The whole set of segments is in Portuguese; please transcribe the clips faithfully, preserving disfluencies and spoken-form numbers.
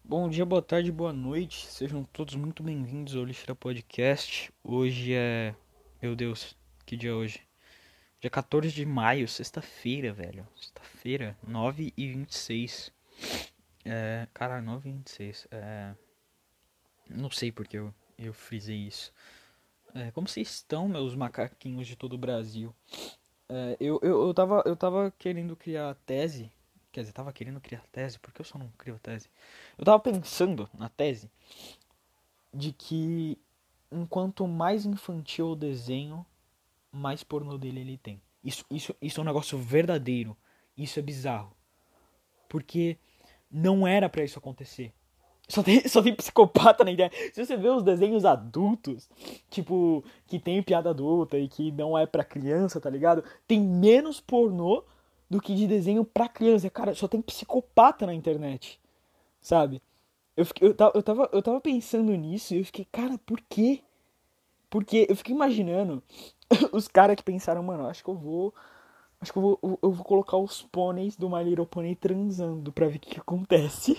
Bom dia, boa tarde, boa noite. Sejam todos muito bem-vindos ao Lixeira Podcast. Hoje é. Meu Deus, que dia é hoje? Dia quatorze de maio, sexta-feira, velho. Sexta-feira, nove e vinte e seis. É. Cara, nove e vinte e seis. É. Não sei porque eu, eu frisei isso. É, como vocês estão, meus macaquinhos de todo o Brasil? É, eu, eu, eu, tava, eu tava querendo criar tese. Quer dizer, tava querendo criar tese, porque eu só não crio tese. Eu tava pensando na tese de que enquanto mais infantil o desenho, mais pornô dele ele tem. Isso, isso, isso é um negócio verdadeiro. Isso é bizarro. Porque não era pra isso acontecer. Só tem, só tem psicopata na ideia. Se você vê os desenhos adultos, tipo, que tem piada adulta e que não é pra criança, tá ligado? Tem menos pornô do que de desenho pra criança. Cara, só tem psicopata na internet, sabe? Eu, fiquei, eu, tava, eu, tava, eu tava pensando nisso e eu fiquei, cara, por quê? Porque eu fiquei imaginando os caras que pensaram, mano, acho que eu vou. Acho que eu vou, eu vou colocar os pôneis do My Little Pony transando pra ver o que, que acontece.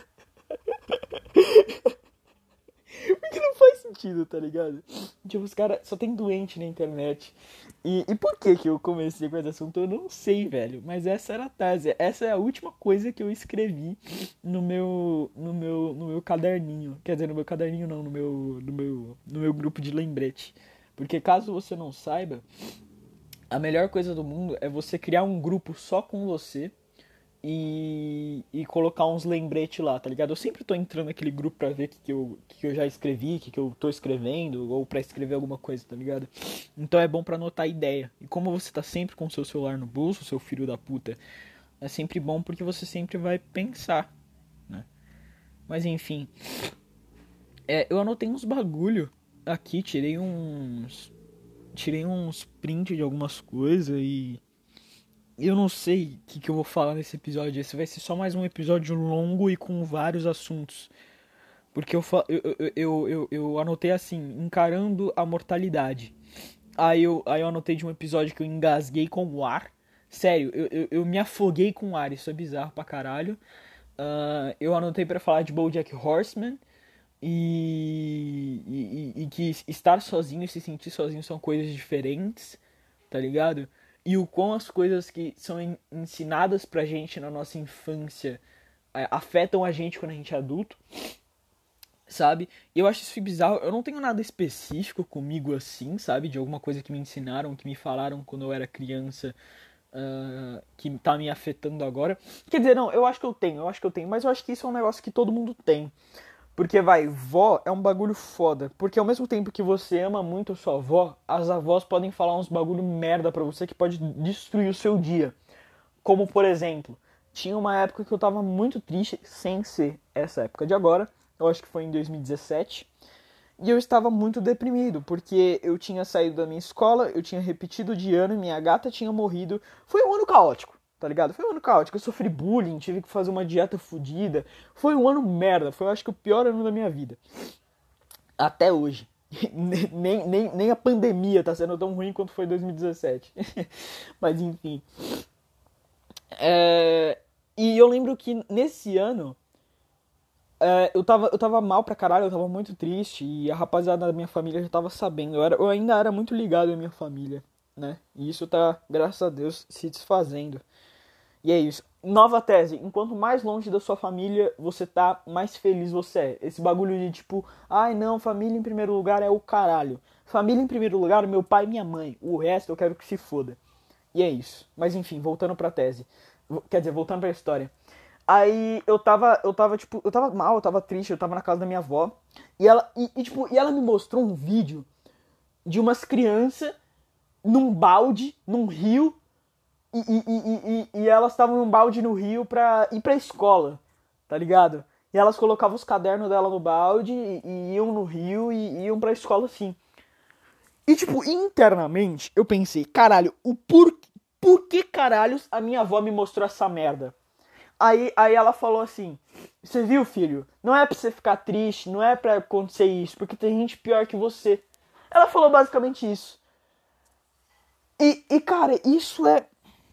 Porque não faz sentido, tá ligado? Tipo, os caras só tem doente na internet. E, e por que que eu comecei com esse assunto? Eu não sei, velho. Mas essa era a tese. Essa é a última coisa que eu escrevi no meu, no meu, no meu caderninho. Quer dizer, no meu caderninho não, no meu, no meu, no meu grupo de lembrete. Porque caso você não saiba, a melhor coisa do mundo é você criar um grupo só com você e, e colocar uns lembretes lá, tá ligado? Eu sempre tô entrando naquele grupo pra ver o que, que, eu, que, que eu já escrevi, o que, que eu tô escrevendo, ou pra escrever alguma coisa, tá ligado? Então é bom pra anotar ideia. E como você tá sempre com o seu celular no bolso, seu filho da puta, é sempre bom porque você sempre vai pensar, né? Mas enfim, é, eu anotei uns bagulho aqui, tirei uns. Tirei uns print de algumas coisas e eu não sei o que, que eu vou falar nesse episódio. Esse vai ser só mais um episódio longo e com vários assuntos. Porque eu, eu, eu, eu, eu, eu anotei assim, encarando a mortalidade. Aí eu, aí eu anotei de um episódio que eu engasguei com o ar. Sério, eu, eu, eu me afoguei com o ar, isso é bizarro pra caralho. Uh, eu anotei pra falar de BoJack Horseman. E, e, e que estar sozinho e se sentir sozinho são coisas diferentes, tá ligado? E o quão as coisas que são ensinadas pra gente na nossa infância é, afetam a gente quando a gente é adulto, sabe? E eu acho isso bizarro. Eu não tenho nada específico comigo assim, sabe? De alguma coisa que me ensinaram, que me falaram quando eu era criança, uh, que tá me afetando agora. Quer dizer, não, eu acho que eu tenho, eu acho que eu tenho, mas eu acho que isso é um negócio que todo mundo tem. Porque, vai, vó é um bagulho foda. Porque ao mesmo tempo que você ama muito a sua avó, as avós podem falar uns bagulho merda pra você que pode destruir o seu dia. Como, por exemplo, tinha uma época que eu tava muito triste, sem ser essa época de agora. Eu acho que foi em dois mil e dezessete. E eu estava muito deprimido, porque eu tinha saído da minha escola, eu tinha repetido de ano, minha gata tinha morrido. Foi um ano caótico, tá ligado? Foi um ano caótico. Eu sofri bullying, tive que fazer uma dieta fodida. Foi um ano merda, foi eu acho que o pior ano da minha vida. Até hoje. nem, nem, nem a pandemia tá sendo tão ruim quanto foi dois mil e dezessete. Mas enfim. É... E eu lembro que nesse ano é, eu, tava, eu tava mal pra caralho, eu tava muito triste e a rapaziada da minha família já tava sabendo. Eu, era, eu ainda era muito ligado à minha família, né? E isso tá, graças a Deus, se desfazendo. E é isso. Nova tese. Enquanto mais longe da sua família você tá, mais feliz você é. Esse bagulho de tipo, ai não, família em primeiro lugar é o caralho. Família em primeiro lugar, meu pai e minha mãe. O resto eu quero que se foda. E é isso. Mas enfim, voltando pra tese. Quer dizer, voltando pra história. Aí eu tava, eu tava, tipo, eu tava mal, eu tava triste, eu tava na casa da minha avó. E ela, e, e, tipo, e ela me mostrou um vídeo de umas crianças num balde, num rio, e, e, e, e, e elas estavam num balde no rio pra ir pra escola, tá ligado? E elas colocavam os cadernos dela no balde e, e iam no rio e, e iam pra escola assim. E, tipo, internamente, eu pensei, caralho, o por, por que caralhos a minha avó me mostrou essa merda? Aí, aí ela falou assim, você viu, filho? Não é pra você ficar triste, não é pra acontecer isso, porque tem gente pior que você. Ela falou basicamente isso. E, e cara, isso é...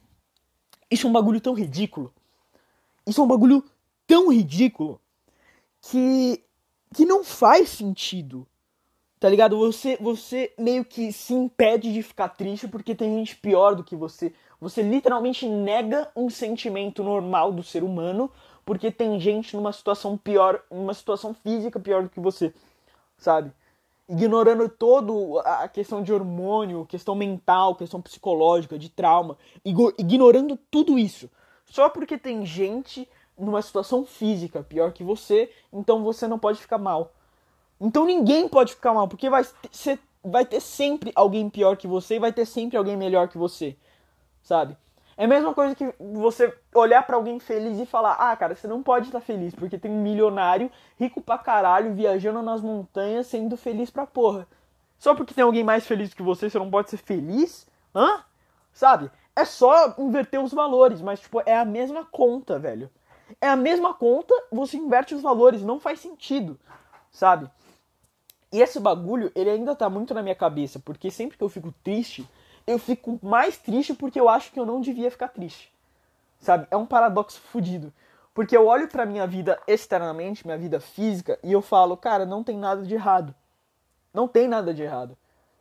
Isso é um bagulho tão ridículo. Isso é um bagulho tão ridículo que, que não faz sentido. Tá ligado? Você, você meio que se impede de ficar triste porque tem gente pior do que você. Você literalmente nega um sentimento normal do ser humano porque tem gente numa situação pior, numa situação física pior do que você, sabe? Ignorando todo a questão de hormônio, questão mental, questão psicológica, de trauma, ignorando tudo isso. Só porque tem gente numa situação física pior que você, então você não pode ficar mal. Então ninguém pode ficar mal, porque vai, ser, vai ter sempre alguém pior que você e vai ter sempre alguém melhor que você, sabe? É a mesma coisa que você olhar pra alguém feliz e falar: ah, cara, você não pode estar feliz, porque tem um milionário, rico pra caralho, viajando nas montanhas, sendo feliz pra porra. Só porque tem alguém mais feliz que você, você não pode ser feliz? Hã? Sabe? É só inverter os valores, mas, tipo, é a mesma conta, velho. É a mesma conta, você inverte os valores, não faz sentido, sabe? E esse bagulho, ele ainda tá muito na minha cabeça, porque sempre que eu fico triste, eu fico mais triste porque eu acho que eu não devia ficar triste, sabe? É um paradoxo fudido. Porque eu olho pra minha vida externamente, minha vida física, e eu falo: cara, não tem nada de errado. Não tem nada de errado.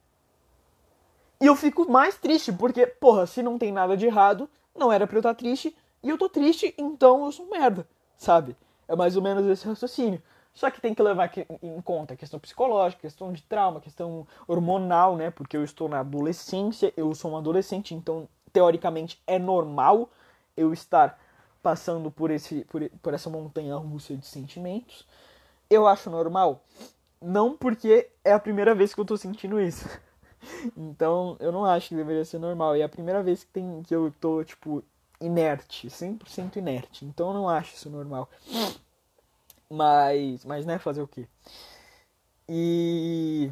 E eu fico mais triste, porque, porra, se não tem nada de errado, não era pra eu estar triste, e eu tô triste, então eu sou um merda, sabe? É mais ou menos esse raciocínio. Só que tem que levar em conta a questão psicológica, questão de trauma, questão hormonal, né? Porque eu estou na adolescência, eu sou um adolescente, então, teoricamente, é normal eu estar passando por, esse, por, por essa montanha russa de sentimentos. Eu acho normal? Não, porque é a primeira vez que eu tô sentindo isso. Então, eu não acho que deveria ser normal. E é a primeira vez que, tem, que eu tô, tipo, inerte, cem por cento inerte. Então, eu não acho isso normal. Mas, mas, né, fazer o quê? E...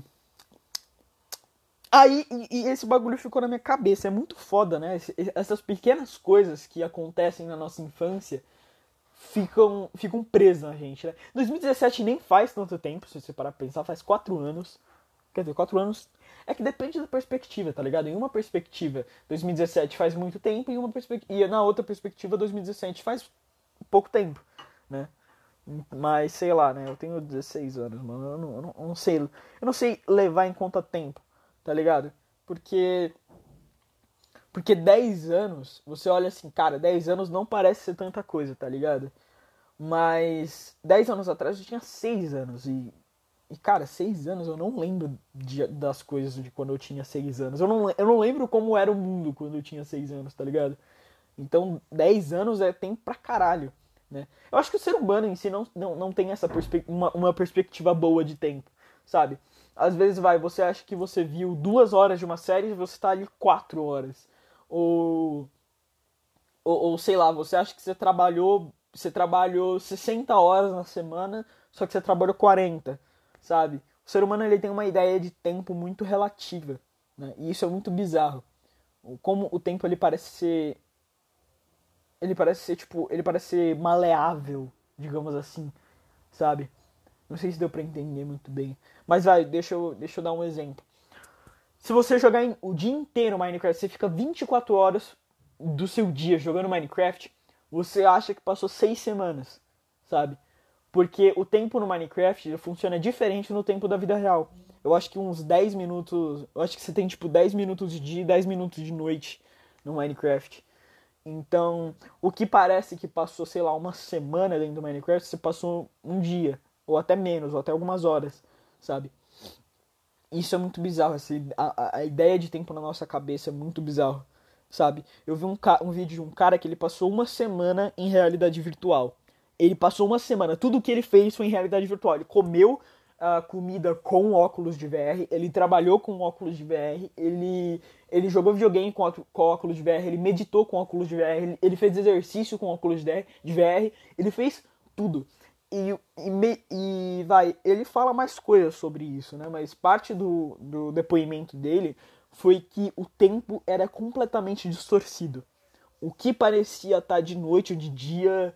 Aí, e, e esse bagulho ficou na minha cabeça. É muito foda, né? Essas pequenas coisas que acontecem na nossa infância ficam, ficam presas na gente, né? dois mil e dezessete nem faz tanto tempo, se você parar pra pensar, faz quatro anos. Quer dizer, quatro anos... É que depende da perspectiva, tá ligado? Em uma perspectiva, dois mil e dezessete faz muito tempo, e, uma perspe... e na outra perspectiva, dois mil e dezessete faz pouco tempo, né? Mas, sei lá, né? Eu tenho dezesseis anos, mano. Eu não, eu não, eu não sei. Eu não sei levar em conta tempo, tá ligado? Porque. Porque dez anos, você olha assim, cara, dez anos não parece ser tanta coisa, tá ligado? Mas dez anos atrás eu tinha seis anos. E, e cara, seis anos eu não lembro de, das coisas de quando eu tinha seis anos. Eu não, eu não lembro como era o mundo quando eu tinha seis anos, tá ligado? Então, dez anos é tempo pra caralho. Né? Eu acho que o ser humano em si não, não, não tem essa perspe- uma, uma perspectiva boa de tempo, sabe? Às vezes vai, você acha que você viu duas horas de uma série e você tá ali quatro horas. Ou, ou, ou sei lá, você acha que você trabalhou, você trabalhou sessenta horas na semana, só que você trabalhou quarenta, sabe? O ser humano ele tem uma ideia de tempo muito relativa, né? E isso é muito bizarro. Como o tempo ele parece ser ele parece ser, tipo, ele parece ser maleável, digamos assim, sabe? Não sei se deu pra entender muito bem. Mas vai, deixa eu, deixa eu dar um exemplo. Se você jogar em, o dia inteiro Minecraft, você fica vinte e quatro horas do seu dia jogando Minecraft, você acha que passou seis semanas, sabe? Porque o tempo no Minecraft ele funciona diferente no tempo da vida real. Eu acho que uns dez minutos... Eu acho que você tem, tipo, dez minutos de dia e dez minutos de noite no Minecraft. Então, o que parece que passou, sei lá, uma semana dentro do Minecraft, você passou um dia, ou até menos, ou até algumas horas, sabe? Isso é muito bizarro, assim, a, a ideia de tempo na nossa cabeça é muito bizarro, sabe? Eu vi um, um vídeo de um cara que ele passou uma semana em realidade virtual. Ele passou uma semana, tudo o que ele fez foi em realidade virtual. Ele comeu a comida com óculos de V R, ele trabalhou com óculos de V R, ele, ele jogou videogame com, com óculos de V R, ele meditou com óculos de V R, ele, ele fez exercício com óculos de V R, ele fez tudo. E, e, me, e vai, ele fala mais coisas sobre isso, né? Mas parte do, do depoimento dele foi que o tempo era completamente distorcido. O que parecia estar de noite ou de dia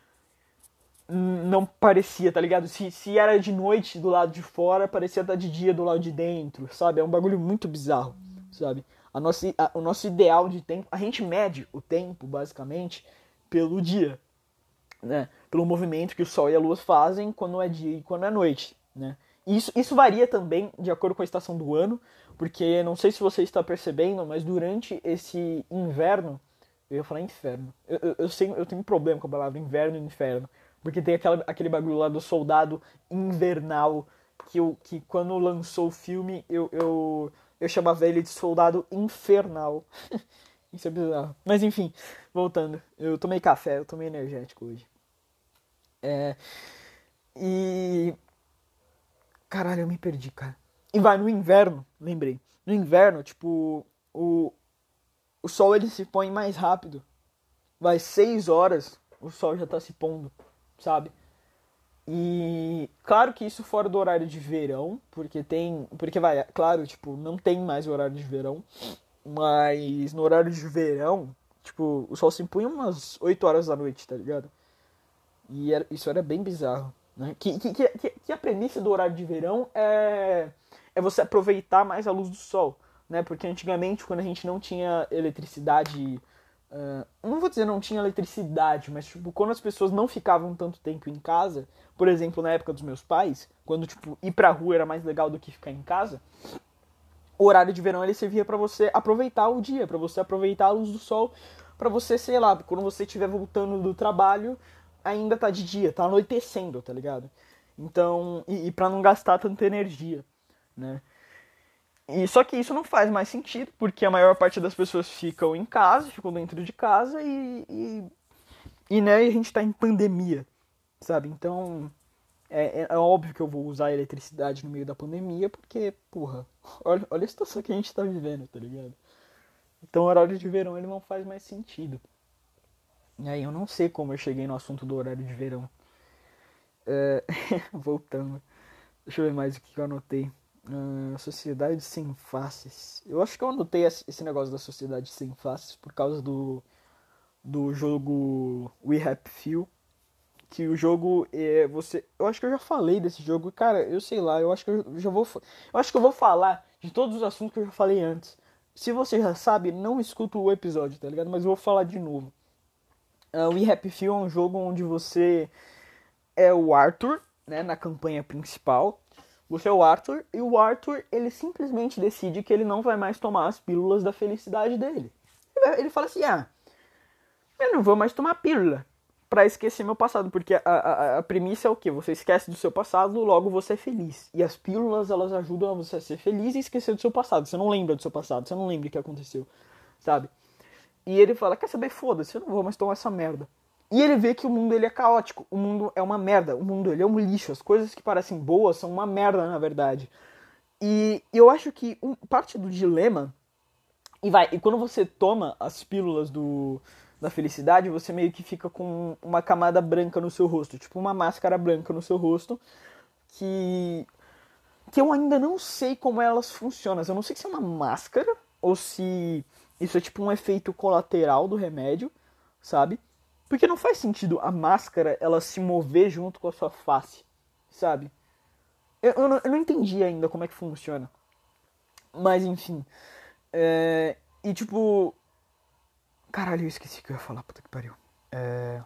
não parecia, tá ligado? Se, se era de noite do lado de fora, parecia estar de dia do lado de dentro, sabe? É um bagulho muito bizarro, sabe? A nossa, a, o nosso ideal de tempo, a gente mede o tempo, basicamente, pelo dia, né? pelo movimento que o Sol e a Lua fazem quando é dia e quando é noite, né? Isso, isso varia também de acordo com a estação do ano, porque não sei se você está percebendo, mas durante esse inverno, eu ia falar inferno, eu, eu, eu, sei, eu tenho um problema com a palavra inverno e inferno, porque tem aquela, aquele bagulho lá do soldado invernal, que, eu, que quando lançou o filme, eu, eu, eu chamava ele de soldado infernal. Isso é bizarro. Mas enfim, voltando. Eu tomei café, eu tomei energético hoje. É, e... Caralho, eu me perdi, cara. E vai, no inverno, lembrei. No inverno, tipo, o, o sol ele se põe mais rápido. Vai seis horas, o sol já tá se pondo, sabe? E claro que isso fora do horário de verão, porque tem, porque vai, é claro, tipo, não tem mais horário de verão, mas no horário de verão, tipo, o sol se punha umas oito horas da noite, tá ligado? E era, isso era bem bizarro, né? Que, que, que, que a premissa do horário de verão é, é você aproveitar mais a luz do sol, né? Porque antigamente, quando a gente não tinha eletricidade, uh, não vou dizer não tinha eletricidade, mas tipo, quando as pessoas não ficavam tanto tempo em casa, por exemplo, na época dos meus pais, quando tipo, ir pra rua era mais legal do que ficar em casa, o horário de verão ele servia para você aproveitar o dia, para você aproveitar a luz do sol, para você, sei lá, quando você estiver voltando do trabalho, ainda tá de dia, tá anoitecendo, tá ligado? Então, e, e para não gastar tanta energia, né? E só que isso não faz mais sentido, porque a maior parte das pessoas ficam em casa, ficam dentro de casa e, e, e né, a gente tá em pandemia, sabe? Então, é, é óbvio que eu vou usar a eletricidade no meio da pandemia, porque, porra, olha, olha a situação que a gente tá vivendo, tá ligado? Então o horário de verão ele não faz mais sentido. E aí eu não sei como eu cheguei no assunto do horário de verão. É... Voltando. Deixa eu ver mais o que eu anotei. Uh, sociedade sem faces. Eu acho que eu anotei esse negócio da sociedade sem faces por causa do, do jogo We Happy Few. Que o jogo é você. Eu acho que eu já falei desse jogo, cara. Eu sei lá. Eu acho que eu já vou. Eu acho que eu vou falar de todos os assuntos que eu já falei antes. Se você já sabe, não escuta o episódio, tá ligado? Mas eu vou falar de novo. Uh, We Happy Few é um jogo onde você é o Arthur, né, na campanha principal. Você é o Arthur e o Arthur ele simplesmente decide que ele não vai mais tomar as pílulas da felicidade dele. Ele fala assim, ah, eu não vou mais tomar pílula pra esquecer meu passado, porque a, a, a premissa é o quê? Você esquece do seu passado, logo você é feliz. E as pílulas, elas ajudam a você a ser feliz e esquecer do seu passado. Você não lembra do seu passado, você não lembra o que aconteceu, sabe? E ele fala, quer saber, foda-se, eu não vou mais tomar essa merda. E ele vê que o mundo ele é caótico, o mundo é uma merda, o mundo ele é um lixo, as coisas que parecem boas são uma merda na verdade. E eu acho que um, parte do dilema, e vai, e quando você toma as pílulas do, da felicidade, você meio que fica com uma camada branca no seu rosto, tipo uma máscara branca no seu rosto, que, que eu ainda não sei como elas funcionam. Eu não sei se é uma máscara ou se isso é tipo um efeito colateral do remédio, sabe? Porque não faz sentido a máscara ela se mover junto com a sua face, sabe? Eu, eu, não, eu não entendi ainda como é que funciona. Mas enfim. É, e tipo. Caralho, eu esqueci o que eu ia falar, puta que pariu. É...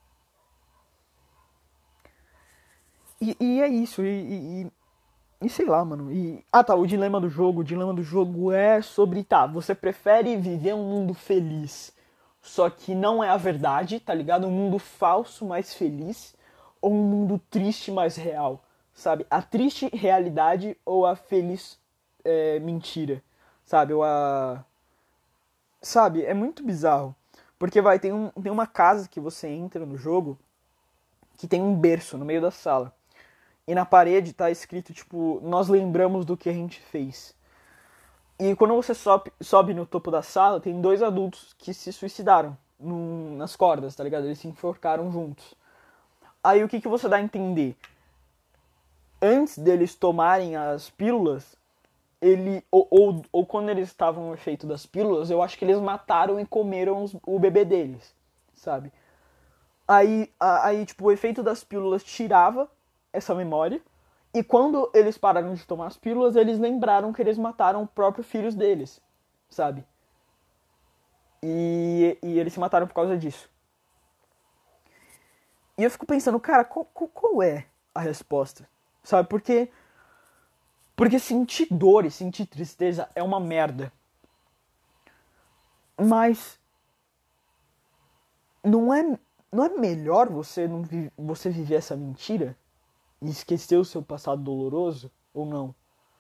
E, e é isso, e, e, e sei lá, mano. E... Ah tá, o dilema do jogo. O dilema do jogo é sobre, tá, você prefere viver um mundo feliz, só que não é a verdade, tá ligado? Um mundo falso, mais feliz, ou um mundo triste, mais real, sabe? A triste realidade ou a feliz é, mentira, sabe? Ou a... Sabe? É muito bizarro. Porque vai, tem, um, tem uma casa que você entra no jogo que tem um berço no meio da sala. E na parede tá escrito, tipo, nós lembramos do que a gente fez. E quando você sobe, sobe no topo da sala, tem dois adultos que se suicidaram num, nas cordas, tá ligado? Eles se enforcaram juntos. Aí o que, que você dá a entender? Antes deles tomarem as pílulas, ele ou, ou, ou quando eles estavam no efeito das pílulas, eu acho que eles mataram e comeram os, o bebê deles, sabe? Aí, a, aí, tipo, o efeito das pílulas tirava essa memória. E quando eles pararam de tomar as pílulas, eles lembraram que eles mataram os próprios filhos deles, sabe? E, e eles se mataram por causa disso. E eu fico pensando, cara, qual, qual, qual é a resposta? Sabe, porque... Porque sentir dor e sentir tristeza é uma merda. Mas... Não é, não é melhor você, não vi, você viver essa mentira? E esquecer o seu passado doloroso? Ou não?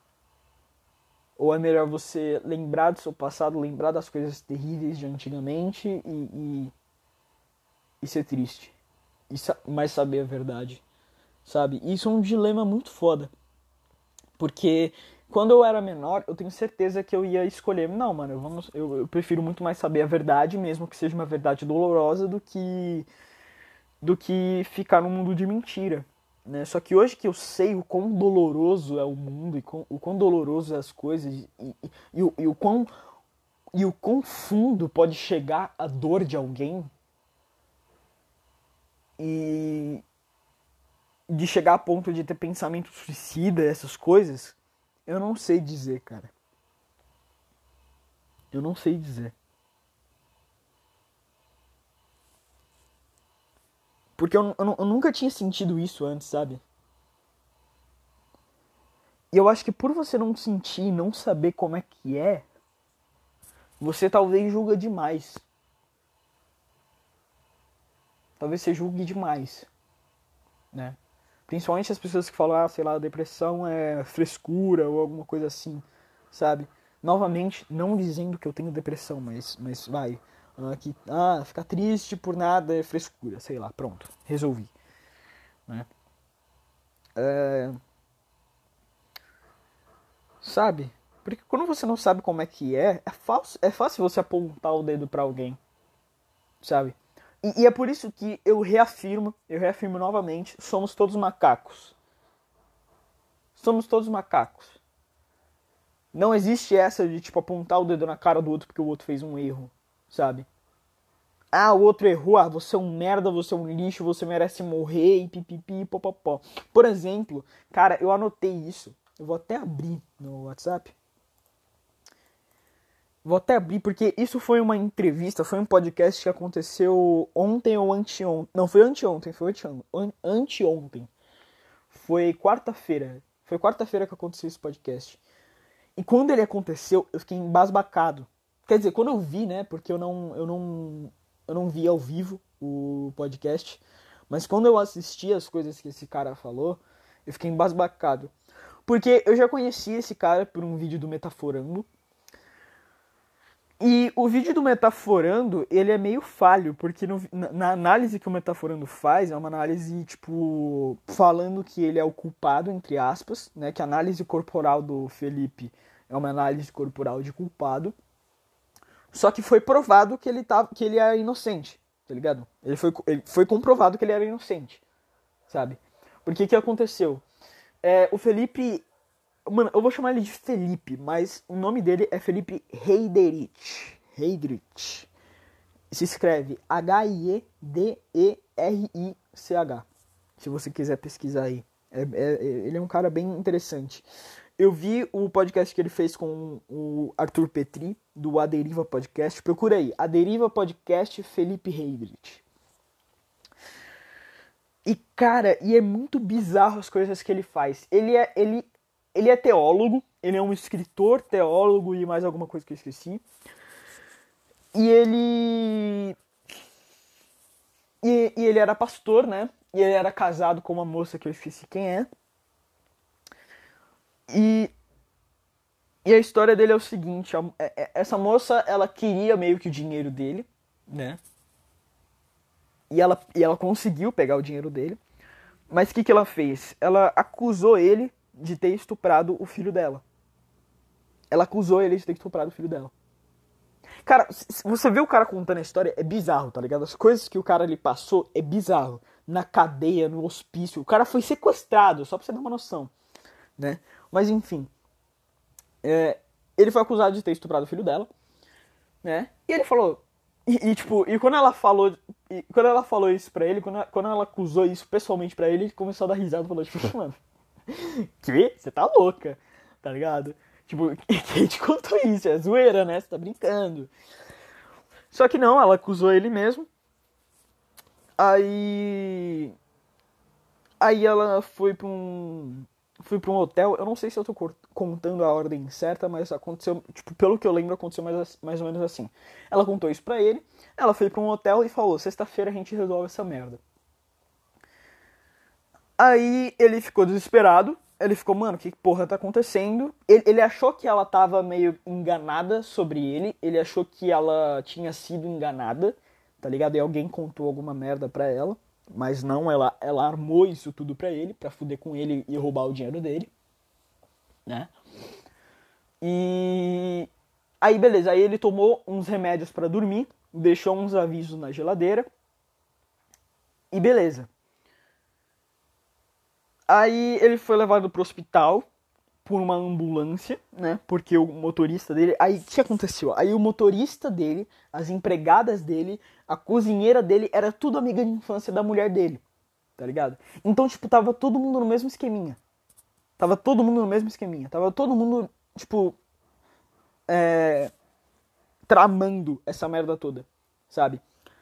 Ou é melhor você lembrar do seu passado, lembrar das coisas terríveis de antigamente e, e, e ser triste? E, mas saber a verdade, sabe? Isso é um dilema muito foda. Porque quando eu era menor, eu tenho certeza que eu ia escolher... Não, mano, eu, vamos, eu, eu prefiro muito mais saber a verdade, mesmo que seja uma verdade dolorosa, do que, do que ficar num mundo de mentira. Né? Só que hoje que eu sei o quão doloroso é o mundo, e quão, o quão doloroso é as coisas, e, e, e, o, e, o quão, e o quão fundo pode chegar a dor de alguém, e de chegar a ponto de ter pensamento suicida, essas coisas, eu não sei dizer, cara. Eu não sei dizer. Porque eu, eu, eu nunca tinha sentido isso antes, sabe? E eu acho que por você não sentir e não saber como é que é, você talvez julga demais. Talvez você julgue demais, né? Principalmente as pessoas que falam, ah, sei lá, depressão é frescura ou alguma coisa assim, sabe? Novamente, não dizendo que eu tenho depressão, mas, mas vai. Ah, que, ah, ficar triste por nada é frescura, sei lá, pronto, resolvi. Né? É... Sabe? Porque quando você não sabe como é que é, é fácil, é fácil você apontar o dedo pra alguém, sabe? E, e é por isso que eu reafirmo, eu reafirmo novamente, somos todos macacos. Somos todos macacos. Não existe essa de, tipo, apontar o dedo na cara do outro porque o outro fez um erro, sabe? Ah, o outro errou, ah, você é um merda, você é um lixo, você merece morrer e pipipi, popopó. Por exemplo, cara, eu anotei isso. Eu vou até abrir no WhatsApp. Vou até abrir, porque isso foi uma entrevista, foi um podcast que aconteceu ontem ou anteontem. Não, foi anteontem, foi anteontem. Anteontem. Foi quarta-feira. Foi quarta-feira que aconteceu esse podcast. E quando ele aconteceu, eu fiquei embasbacado. Quer dizer, quando eu vi, né, porque eu não, eu não, eu não vi ao vivo o podcast, mas quando eu assisti as coisas que esse cara falou, eu fiquei embasbacado. Porque eu já conheci esse cara por um vídeo do Metaforando. E o vídeo do Metaforando, ele é meio falho, porque no, na, na análise que o Metaforando faz, é uma análise, tipo, falando que ele é o culpado, entre aspas, né? Que a análise corporal do Felipe é uma análise corporal de culpado. Só que foi provado que ele, tava, que ele era inocente, tá ligado? Ele foi, ele foi comprovado que ele era inocente, sabe? Porque o que aconteceu? É, o Felipe... Mano, eu vou chamar ele de Felipe, mas o nome dele é Felipe Heiderich. Heiderich. Se escreve H I E D E R I C H. Se você quiser pesquisar aí. É, é, ele é um cara bem interessante. Eu vi o podcast que ele fez com o Arthur Petri, do A Deriva Podcast. Procura aí, A Deriva Podcast Felipe Heiderich. E, cara, e é muito bizarro as coisas que ele faz. Ele é... Ele, Ele é teólogo, ele é um escritor, teólogo e mais alguma coisa que eu esqueci. E ele... E, e ele era pastor, né? E ele era casado com uma moça que eu esqueci quem é. E... E a história dele é o seguinte, a, essa moça, ela queria meio que o dinheiro dele, né? E ela, e ela conseguiu pegar o dinheiro dele. Mas o que, que ela fez? Ela acusou ele de ter estuprado o filho dela. Ela acusou ele de ter estuprado o filho dela. Cara, você vê o cara contando a história, é bizarro, tá ligado? As coisas que o cara lhe passou é bizarro. Na cadeia, no hospício. O cara foi sequestrado, só pra você ter uma noção, né? Mas enfim. É, ele foi acusado de ter estuprado o filho dela, né? E ele falou... E, e tipo, e quando ela falou... E quando ela falou isso pra ele, quando ela, quando ela acusou isso pessoalmente pra ele, ele começou a dar risada e falou, tipo, mano... Que? Você tá louca, tá ligado? Tipo, quem te contou isso? É zoeira, né? Você tá brincando. Só que não, ela acusou ele mesmo. Aí... Aí ela foi pra um... Foi pra um hotel, eu não sei se eu tô contando a ordem certa, mas aconteceu, tipo, pelo que eu lembro, aconteceu mais, mais ou menos assim. Ela contou isso pra ele, ela foi pra um hotel e falou, sexta-feira a gente resolve essa merda. Aí ele ficou desesperado, ele ficou, mano, o que porra tá acontecendo? Ele, ele achou que ela tava meio enganada sobre ele, ele achou que ela tinha sido enganada, tá ligado? E alguém contou alguma merda pra ela. Mas não, ela, ela armou isso tudo pra ele, pra fuder com ele e roubar o dinheiro dele, né? E aí, beleza, aí ele tomou uns remédios pra dormir, deixou uns avisos na geladeira, e beleza. Aí ele foi levado pro hospital por uma ambulância, né? Porque o motorista dele... Aí, o que aconteceu? Aí o motorista dele, as empregadas dele, a cozinheira dele, era tudo amiga de infância da mulher dele, tá ligado? Então, tipo, tava todo mundo no mesmo esqueminha. Tava todo mundo no mesmo esqueminha. Tava todo mundo, tipo... É... Tramando essa merda toda, sabe?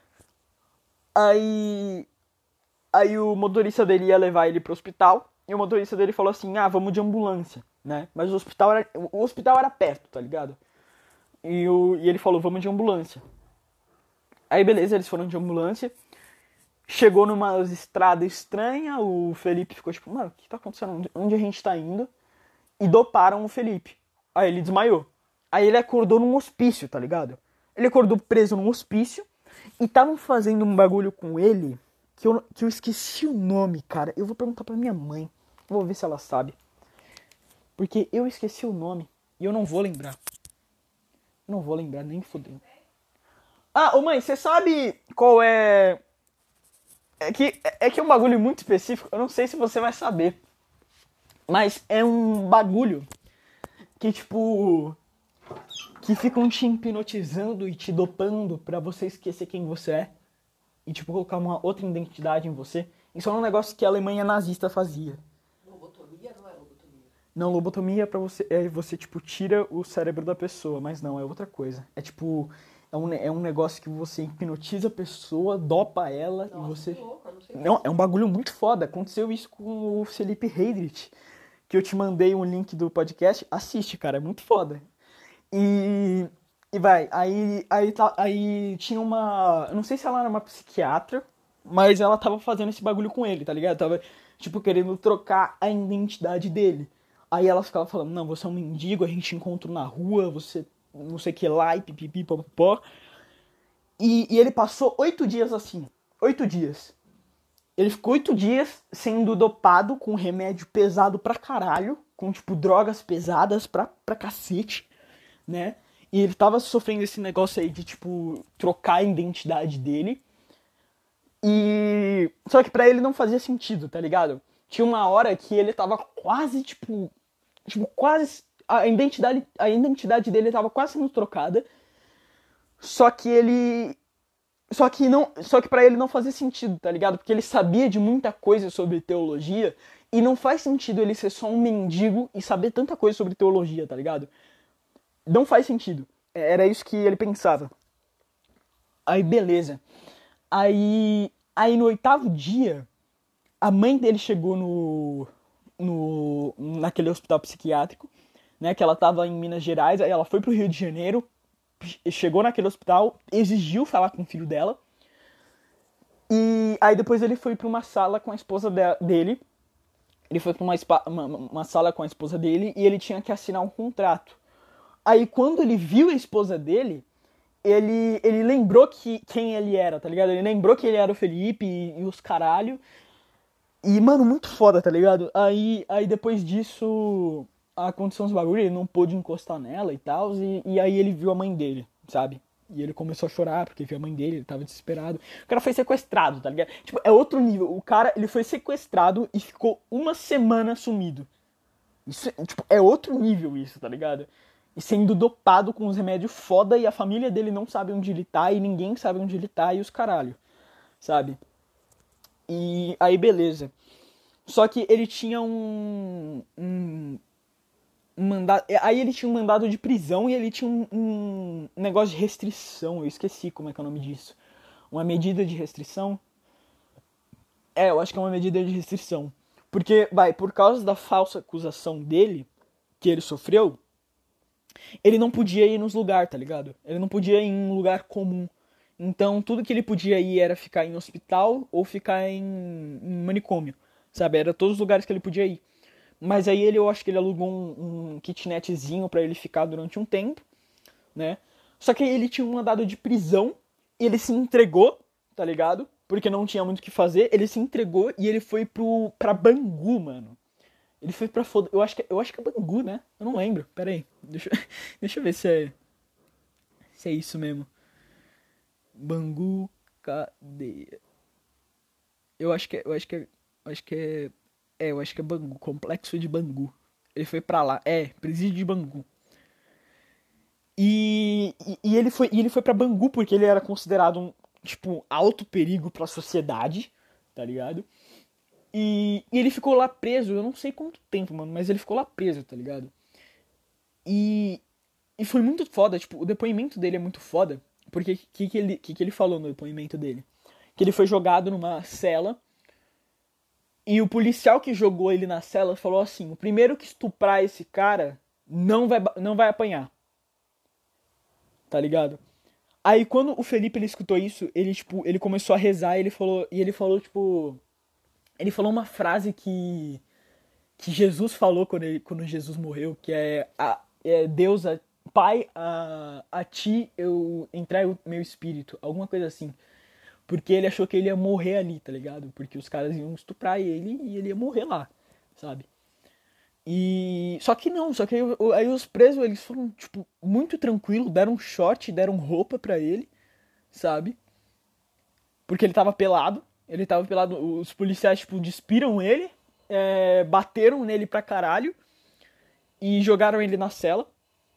Aí... Aí o motorista dele ia levar ele pro hospital. E o motorista dele falou assim, ah, vamos de ambulância, né? Mas o hospital era, o hospital era perto, tá ligado? E, o, e ele falou, vamos de ambulância. Aí beleza, eles foram de ambulância. Chegou numa estrada estranha, o Felipe ficou tipo, mano, o que tá acontecendo? Onde a gente tá indo? E doparam o Felipe. Aí ele desmaiou. Aí ele acordou num hospício, tá ligado? Ele acordou preso num hospício. E estavam fazendo um bagulho com ele... Que eu, que eu esqueci o nome, cara. Eu vou perguntar pra minha mãe. Vou ver se ela sabe. Porque eu esqueci o nome. E eu não vou lembrar. Não vou lembrar, nem fodendo. Ah, ô mãe, você sabe qual é... É que, é que é um bagulho muito específico. Eu não sei se você vai saber. Mas é um bagulho que, tipo... Que ficam te hipnotizando e te dopando pra você esquecer quem você é. E, tipo, colocar uma outra identidade em você. Isso é um negócio que a Alemanha nazista fazia. Lobotomia não é lobotomia? Não, lobotomia é pra você... É você, tipo, tira o cérebro da pessoa. Mas não, é outra coisa. É, tipo... É um, é um negócio que você hipnotiza a pessoa, dopa ela. Nossa, e você... que louco, eu não sei. Não, é um bagulho muito foda. Aconteceu isso com o Felipe Heydrich. Que eu te mandei um link do podcast. Assiste, cara. É muito foda. E... E vai, aí, aí, tá, aí tinha uma... Eu não sei se ela era uma psiquiatra, mas ela tava fazendo esse bagulho com ele, tá ligado? Tava, tipo, querendo trocar a identidade dele. Aí ela ficava falando, não, você é um mendigo, a gente encontra na rua, você não sei o que lá, e pipipi, popopó. E, e ele passou oito dias assim. Oito dias. Ele ficou oito dias sendo dopado com remédio pesado pra caralho, com, tipo, drogas pesadas pra, pra cacete, né? E ele tava sofrendo esse negócio aí de, tipo, trocar a identidade dele. E... Só que pra ele não fazia sentido, tá ligado? Tinha uma hora que ele tava quase, tipo... Tipo, quase... A identidade, a identidade dele tava quase sendo trocada. Só que ele... Só que, não, só que pra ele não fazia sentido, tá ligado? Porque ele sabia de muita coisa sobre teologia. E não faz sentido ele ser só um mendigo e saber tanta coisa sobre teologia, tá ligado? Não faz sentido. Era isso que ele pensava. Aí, beleza. Aí, aí no oitavo dia, a mãe dele chegou no, no naquele hospital psiquiátrico, né? Que ela tava em Minas Gerais. Aí ela foi pro Rio de Janeiro, chegou naquele hospital, exigiu falar com o filho dela. E aí depois ele foi pra uma sala com a esposa de, dele. Ele foi pra uma, uma, uma sala com a esposa dele e ele tinha que assinar um contrato. Aí quando ele viu a esposa dele, ele, ele lembrou que, quem ele era, tá ligado? Ele lembrou que ele era o Felipe e, e os caralho. E, mano, muito foda, tá ligado? Aí, aí depois disso, aconteceu uns bagulho, ele não pôde encostar nela e tal. E, e aí ele viu a mãe dele, sabe? E ele começou a chorar porque viu a mãe dele, ele tava desesperado. O cara foi sequestrado, tá ligado? Tipo, é outro nível. O cara, ele foi sequestrado e ficou uma semana sumido. Isso, tipo, é outro nível isso, tá ligado? E sendo dopado com os remédios foda e a família dele não sabe onde ele tá e ninguém sabe onde ele tá e os caralho, sabe? E aí beleza. Só que ele tinha um, um, um mandado... Aí ele tinha um mandado de prisão e ele tinha um, um negócio de restrição. Eu esqueci como é que é o nome disso. Uma medida de restrição. É, eu acho que é uma medida de restrição. Porque, vai, por causa da falsa acusação dele, que ele sofreu, ele não podia ir nos lugares, tá ligado? Ele não podia ir em um lugar comum. Então, tudo que ele podia ir era ficar em hospital ou ficar em, em manicômio, sabe? Era todos os lugares que ele podia ir. Mas aí ele, eu acho que ele alugou um, um kitnetzinho pra ele ficar durante um tempo, né? Só que aí ele tinha um mandado de prisão e ele se entregou, tá ligado? Porque não tinha muito o que fazer. Ele se entregou e ele foi pro, pra Bangu, mano. Ele foi pra foda... Eu acho que, eu acho que é Bangu, né? Eu não lembro. Pera aí. Deixa, deixa eu ver se é... Se é isso mesmo. Bangu cadeia. Eu acho que é... Eu acho que é... Eu acho que é... É, eu acho que é Bangu. Complexo de Bangu. Ele foi pra lá. É, presídio de Bangu. E, e, e ele foi, e ele foi pra Bangu porque ele era considerado um, tipo, alto perigo pra sociedade, tá ligado? E, e ele ficou lá preso, eu não sei quanto tempo, mano, mas ele ficou lá preso, tá ligado? E, e foi muito foda, tipo, o depoimento dele é muito foda, porque o que, que, ele, que, que ele falou no depoimento dele? Que ele foi jogado numa cela, e o policial que jogou ele na cela falou assim, o primeiro que estuprar esse cara não vai, não vai apanhar, tá ligado? Aí quando o Felipe ele escutou isso, ele tipo, ele começou a rezar, e ele falou, e ele falou tipo, ele falou uma frase que que Jesus falou quando, ele, quando Jesus morreu, que é, a, é Deus, a, Pai, a, a ti eu entrego meu espírito, alguma coisa assim. Porque ele achou que ele ia morrer ali, tá ligado? Porque os caras iam estuprar ele e ele ia morrer lá, sabe? E só que não, só que aí, aí os presos eles foram tipo muito tranquilos, deram um short, deram roupa pra ele, sabe? Porque ele tava pelado, ele tava pelado, os policiais tipo despiram ele, é, bateram nele pra caralho e jogaram ele na cela,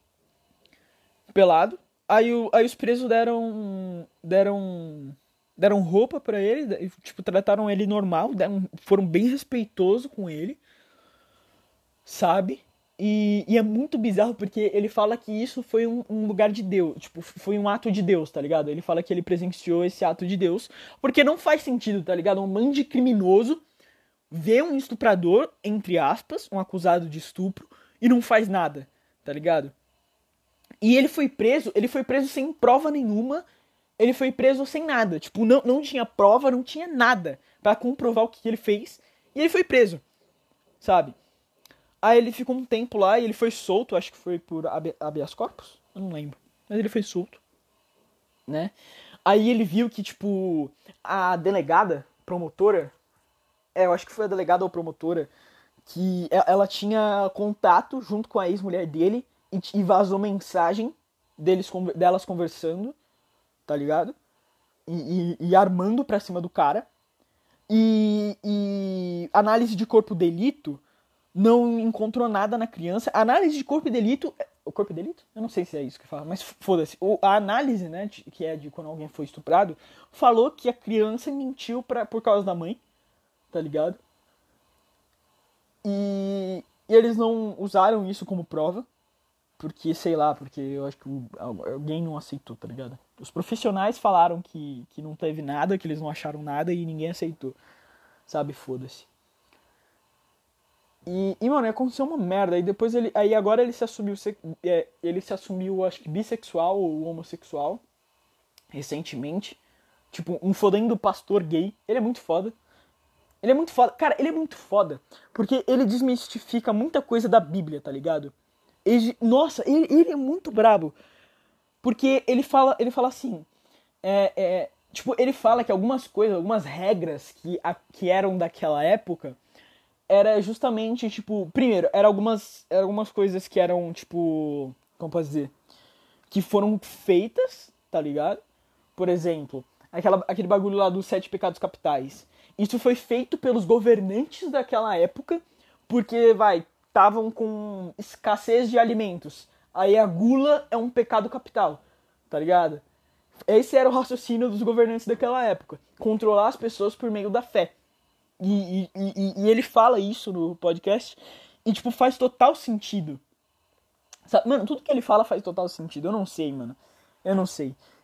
pelado. Aí, o, aí os presos deram deram deram roupa pra ele, tipo trataram ele normal, deram, foram bem respeitosos com ele, sabe? E, e é muito bizarro porque ele fala que isso foi um, um lugar de Deus, tipo, foi um ato de Deus, tá ligado? Ele fala que ele presenciou esse ato de Deus, porque não faz sentido, tá ligado? Um bando de criminoso vê um estuprador, entre aspas, um acusado de estupro, e não faz nada, tá ligado? E ele foi preso, ele foi preso sem prova nenhuma, ele foi preso sem nada, tipo, não, não tinha prova, não tinha nada pra comprovar o que ele fez, e ele foi preso, sabe? Aí ele ficou um tempo lá e ele foi solto, acho que foi por habeas corpus, eu não lembro, mas ele foi solto, né? Aí ele viu que, tipo, a delegada, promotora, é, eu acho que foi a delegada ou promotora, que ela tinha contato junto com a ex-mulher dele e, e vazou mensagem deles, delas conversando, tá ligado? E, e, e armando pra cima do cara. E, e análise de corpo de delito não encontrou nada na criança. Análise de corpo de delito... O corpo de delito? Eu não sei se é isso que fala, mas foda-se. A análise, né, de, que é de quando alguém foi estuprado, falou que a criança mentiu pra, por causa da mãe, tá ligado? E, e eles não usaram isso como prova, porque, sei lá, porque eu acho que alguém não aceitou, tá ligado? Os profissionais falaram que, que não teve nada, que eles não acharam nada e ninguém aceitou, sabe? Foda-se. E, e, mano, aconteceu uma merda. E depois ele. Aí agora ele se assumiu. É, ele se assumiu, acho que bissexual ou homossexual. Recentemente. Tipo, um fodendo pastor gay. Ele é muito foda. Ele é muito foda. Cara, ele é muito foda. Porque ele desmistifica muita coisa da Bíblia, tá ligado? Ele, nossa, ele, ele é muito brabo. Porque ele fala, ele fala assim. É, é, tipo, ele fala que algumas coisas, algumas regras que, a, que eram daquela época. Era justamente, tipo... Primeiro, eram algumas, era algumas coisas que eram, tipo... Como posso dizer? Que foram feitas, tá ligado? Por exemplo, aquela, aquele bagulho lá dos sete pecados capitais. Isso foi feito pelos governantes daquela época, porque, vai, estavam com escassez de alimentos. Aí a gula é um pecado capital, tá ligado? Esse era o raciocínio dos governantes daquela época. Controlar as pessoas por meio da fé. E, e, e, e ele fala isso no podcast e, tipo, faz total sentido. Sabe? Mano, tudo que ele fala faz total sentido. Eu não sei, mano. Eu não sei.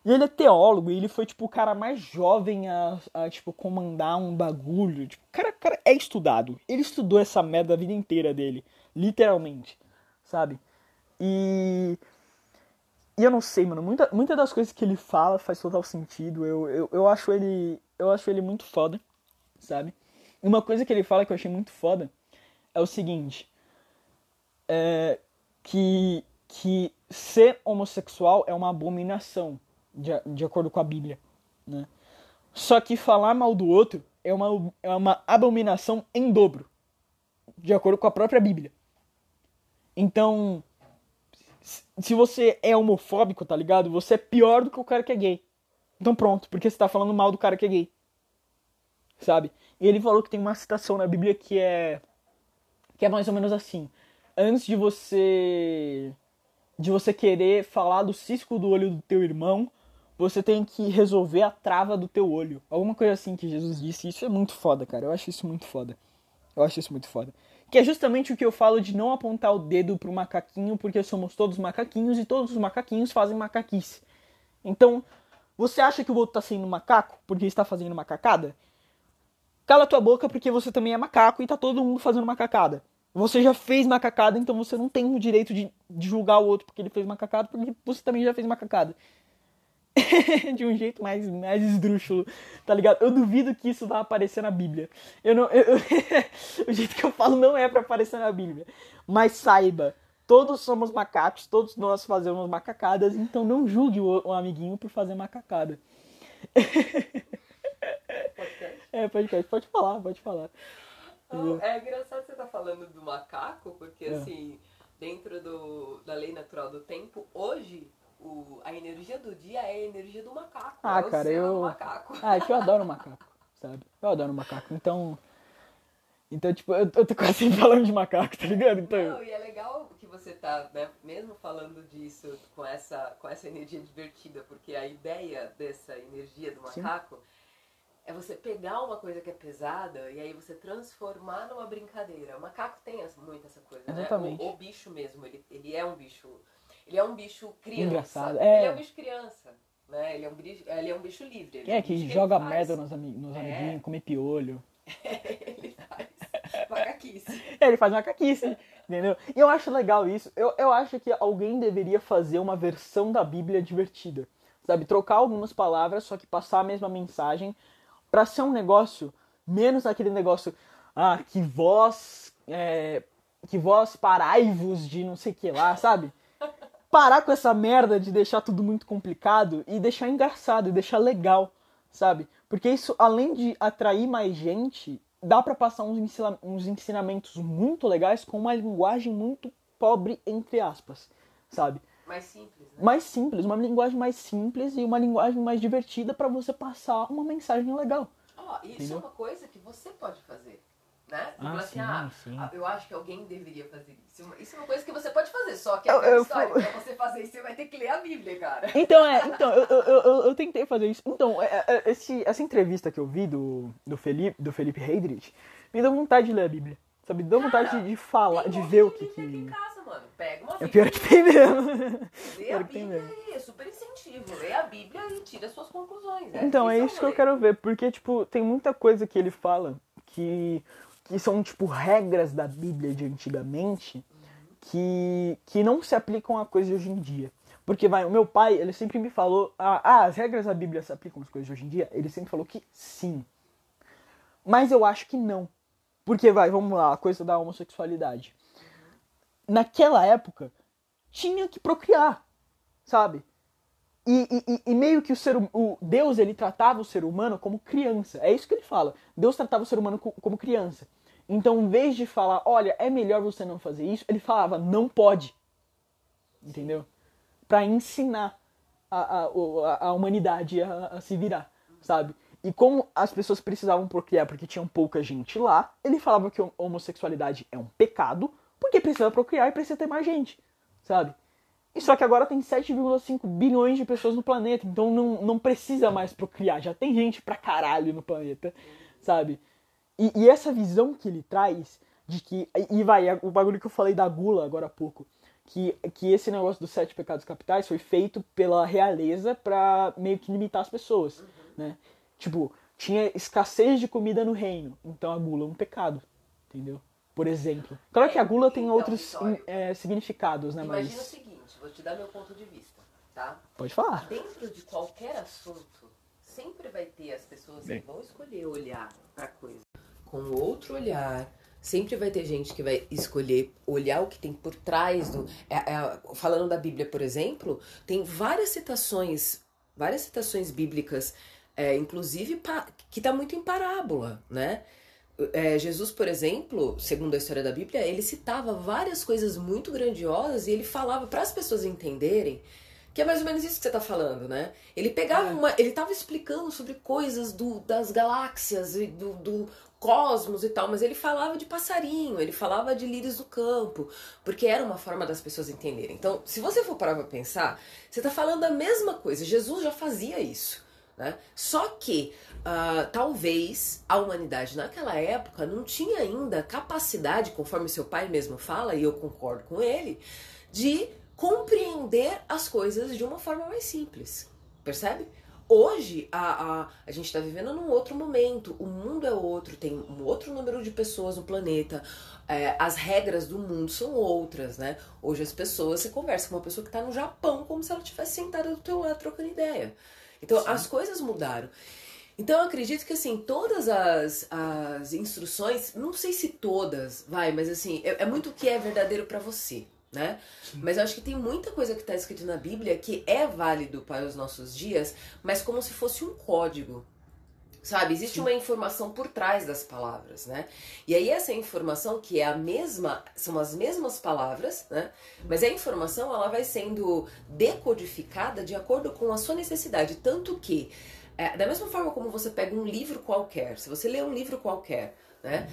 E ele é teólogo, e ele foi, tipo, o cara mais jovem a, a tipo, comandar um bagulho. Tipo, o cara, cara é estudado. Ele estudou essa merda a vida inteira dele. Literalmente. Sabe? E... E eu não sei, mano. Muita, muita das coisas que ele fala faz total sentido. Eu, eu, eu acho ele... Eu acho ele muito foda. Sabe? Uma coisa que ele fala que eu achei muito foda é o seguinte. É... Que... Que ser homossexual é uma abominação. De, de acordo com a Bíblia, né? Só que falar mal do outro é uma, é uma abominação em dobro, de acordo com a própria Bíblia. Então, se você é homofóbico, tá ligado? Você é pior do que o cara que é gay. Então pronto, porque você tá falando mal do cara que é gay. Sabe? E ele falou que tem uma citação na Bíblia que é... Que é mais ou menos assim. Antes de você... De você querer falar do cisco do olho do teu irmão... Você tem que resolver a trava do teu olho. Alguma coisa assim que Jesus disse. Isso é muito foda, cara. Eu acho isso muito foda. Eu acho isso muito foda. Que é justamente o que eu falo de não apontar o dedo pro macaquinho, porque somos todos macaquinhos e todos os macaquinhos fazem macaquice. Então, você acha que o outro tá sendo macaco porque está fazendo macacada? Cala tua boca porque você também é macaco e tá todo mundo fazendo macacada. Você já fez macacada, então você não tem o direito de, de julgar o outro porque ele fez macacada, porque você também já fez macacada. De um jeito mais, mais esdrúxulo, tá ligado? Eu duvido que isso vá aparecer na Bíblia. Eu não, eu, eu o jeito que eu falo não é pra aparecer na Bíblia. Mas saiba, todos somos macacos, todos nós fazemos macacadas, então não julgue o, o amiguinho por fazer macacada. Podcast. É, podcast, pode falar, pode falar. Não, é engraçado você estar falando do macaco, porque É. assim, dentro do, da lei natural do tempo, hoje o, a energia do dia é a energia do macaco. Ah, é o cara, céu eu... do macaco. Ah, é que eu adoro macaco, sabe? Eu adoro macaco, então... Então, tipo, eu, eu tô quase sempre falando de macaco, tá ligado? Então... Não, e é legal que você tá, né, mesmo falando disso com essa, com essa energia divertida, porque a ideia dessa energia do macaco é você pegar uma coisa que é pesada e aí você transformar numa brincadeira. O macaco tem essa- muito essa coisa, né? Exatamente. O, o bicho mesmo, ele, ele é um bicho. Ele é um bicho criança. Engraçado, é. Ele é um bicho criança. Né? Ele, é um bicho, ele é um bicho livre. Ele É, um que bicho joga ele faz- merda nos, ami- nos É. amiguinhos, come piolho. ele faz macaquice. É, ele faz macaquice, entendeu? E eu acho legal isso. Eu, eu acho que alguém deveria fazer uma versão da Bíblia divertida. Sabe? Trocar algumas palavras, só que passar a mesma mensagem pra ser um negócio menos aquele negócio... Ah, que vós... É, que vós parai-vos de não sei o que lá, sabe? Parar com essa merda de deixar tudo muito complicado e deixar engraçado e deixar legal, sabe? Porque isso, além de atrair mais gente, dá pra passar uns, ensina- uns ensinamentos muito legais com uma linguagem muito pobre, entre aspas, sabe? Mais simples, né? Mais simples, uma linguagem mais simples e uma linguagem mais divertida pra você passar uma mensagem legal. Ó, isso Entendeu? é uma coisa que você pode fazer, né? Você Ah, fala assim, sim, ah, sim. ah, eu acho que alguém deveria fazer isso. Isso é uma coisa que você pode fazer, só que Eu- é aquela eu história, fui- pra você fazer isso, você vai ter que ler a Bíblia, cara. Então, é, então, eu, eu, eu, eu tentei fazer isso. Então, é, é, esse, essa entrevista que eu vi do, do Felipe, do Felipe Heydrich, me deu vontade de ler a Bíblia. Sabe? Deu vontade Cara, de, de falar, Tem de um monte ver o que Bíblia aqui em que... casa, mano. Pega uma É Bíblia. pior que tem mesmo. Lê pior a que tem Bíblia mesmo. aí, é super incentivo. Lê a Bíblia e tira suas conclusões. né? Então, é um isso que eu rolê. quero ver, porque, tipo, tem muita coisa que ele fala que, que são, tipo, regras da Bíblia de antigamente que, que não se aplicam a coisas de hoje em dia. Porque, vai, o meu pai, ele sempre me falou, ah, ah, as regras da Bíblia se aplicam às coisas de hoje em dia? Ele sempre falou que sim. Mas eu acho que não. Porque, vai, vamos lá, a coisa da homossexualidade. Naquela época, tinha que procriar, sabe? E, e- e meio que o ser hum- o Deus, ele tratava o ser humano como criança. É isso que ele fala. Deus tratava o ser humano co- como criança. Então, em vez de falar, olha, é melhor você não fazer isso, ele falava, não pode. Entendeu? Pra ensinar a, a, o- a- a humanidade a, a se virar, sabe? E como as pessoas precisavam procriar porque tinham pouca gente lá, ele falava que a homossexualidade é um pecado, porque precisa procriar e precisa ter mais gente, sabe? E só que agora tem sete vírgula cinco bilhões de pessoas no planeta, então não, não precisa mais procriar, já tem gente pra caralho no planeta, sabe? E, e essa visão que ele traz de que... E vai, o bagulho que eu falei da gula agora há pouco, que, que esse negócio dos sete pecados capitais foi feito pela realeza pra meio que limitar as pessoas, uhum. né? Tipo, tinha escassez de comida no reino, então a gula é um pecado, entendeu? Por exemplo. Claro que a gula tem então, outros é, significados, né? Imagina mas... o seguinte, vou te dar meu ponto de vista, tá? Pode falar. Dentro de qualquer assunto, sempre vai ter as pessoas Bem. que vão escolher olhar pra coisa com outro olhar. Sempre vai ter gente que vai escolher olhar o que tem por trás do... É, é, falando da Bíblia, por exemplo, tem várias citações, várias citações bíblicas, é, inclusive pa, que está muito em parábola, né? É, Jesus, por exemplo, segundo a história da Bíblia, ele citava várias coisas muito grandiosas e ele falava para as pessoas entenderem que é mais ou menos isso que você está falando, né? Ele pegava uma... Ele estava explicando sobre coisas do, das galáxias e do, do cosmos e tal, mas ele falava de passarinho, ele falava de lírios do campo, porque era uma forma das pessoas entenderem. Então, se você for parar para pensar, você está falando a mesma coisa. Jesus já fazia isso, né? Só que, uh, talvez, a humanidade naquela época não tinha ainda capacidade, conforme seu pai mesmo fala, e eu concordo com ele, de compreender as coisas de uma forma mais simples, percebe? Hoje a, a, a gente está vivendo num outro momento, o mundo é outro, tem um outro número de pessoas no planeta, é, as regras do mundo são outras, né? Hoje as pessoas, você conversa com uma pessoa que está no Japão como se ela estivesse sentada do teu lado trocando ideia. Então Sim. as coisas mudaram. Então eu acredito que assim, todas as, as instruções, não sei se todas, vai, mas assim, é, é muito o que é verdadeiro para você. Né? Mas eu acho que tem muita coisa que está escrito na Bíblia que é válido para os nossos dias, mas como se fosse um código, sabe? Existe Sim. uma informação por trás das palavras, né? E aí essa informação que é a mesma, são as mesmas palavras, né? Mas a informação ela vai sendo decodificada de acordo com a sua necessidade, tanto que é, da mesma forma como você pega um livro qualquer, se você lê um livro qualquer, né?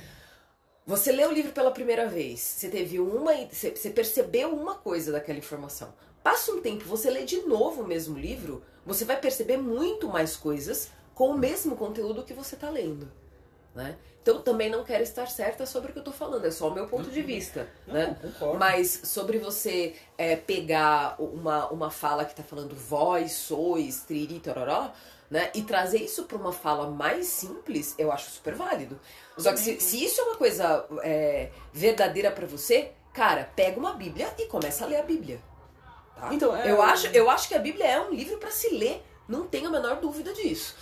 Você leu o livro pela primeira vez, você teve uma, você percebeu uma coisa daquela informação. Passa um tempo, você lê de novo o mesmo livro, você vai perceber muito mais coisas com o mesmo conteúdo que você está lendo, né? Então eu também não quero estar certa sobre o que eu estou falando, é só o meu ponto de vista, não, né? Concordo. Mas sobre você é, pegar uma, uma fala que está falando vós, sois, triri, tororó, né? E trazer isso para uma fala mais simples, eu acho super válido. Só que se, se isso é uma coisa é, verdadeira para você, cara, pega uma Bíblia e começa a ler a Bíblia. Tá? Então, é... eu, acho, eu acho que a Bíblia é um livro para se ler, não tenho a menor dúvida disso.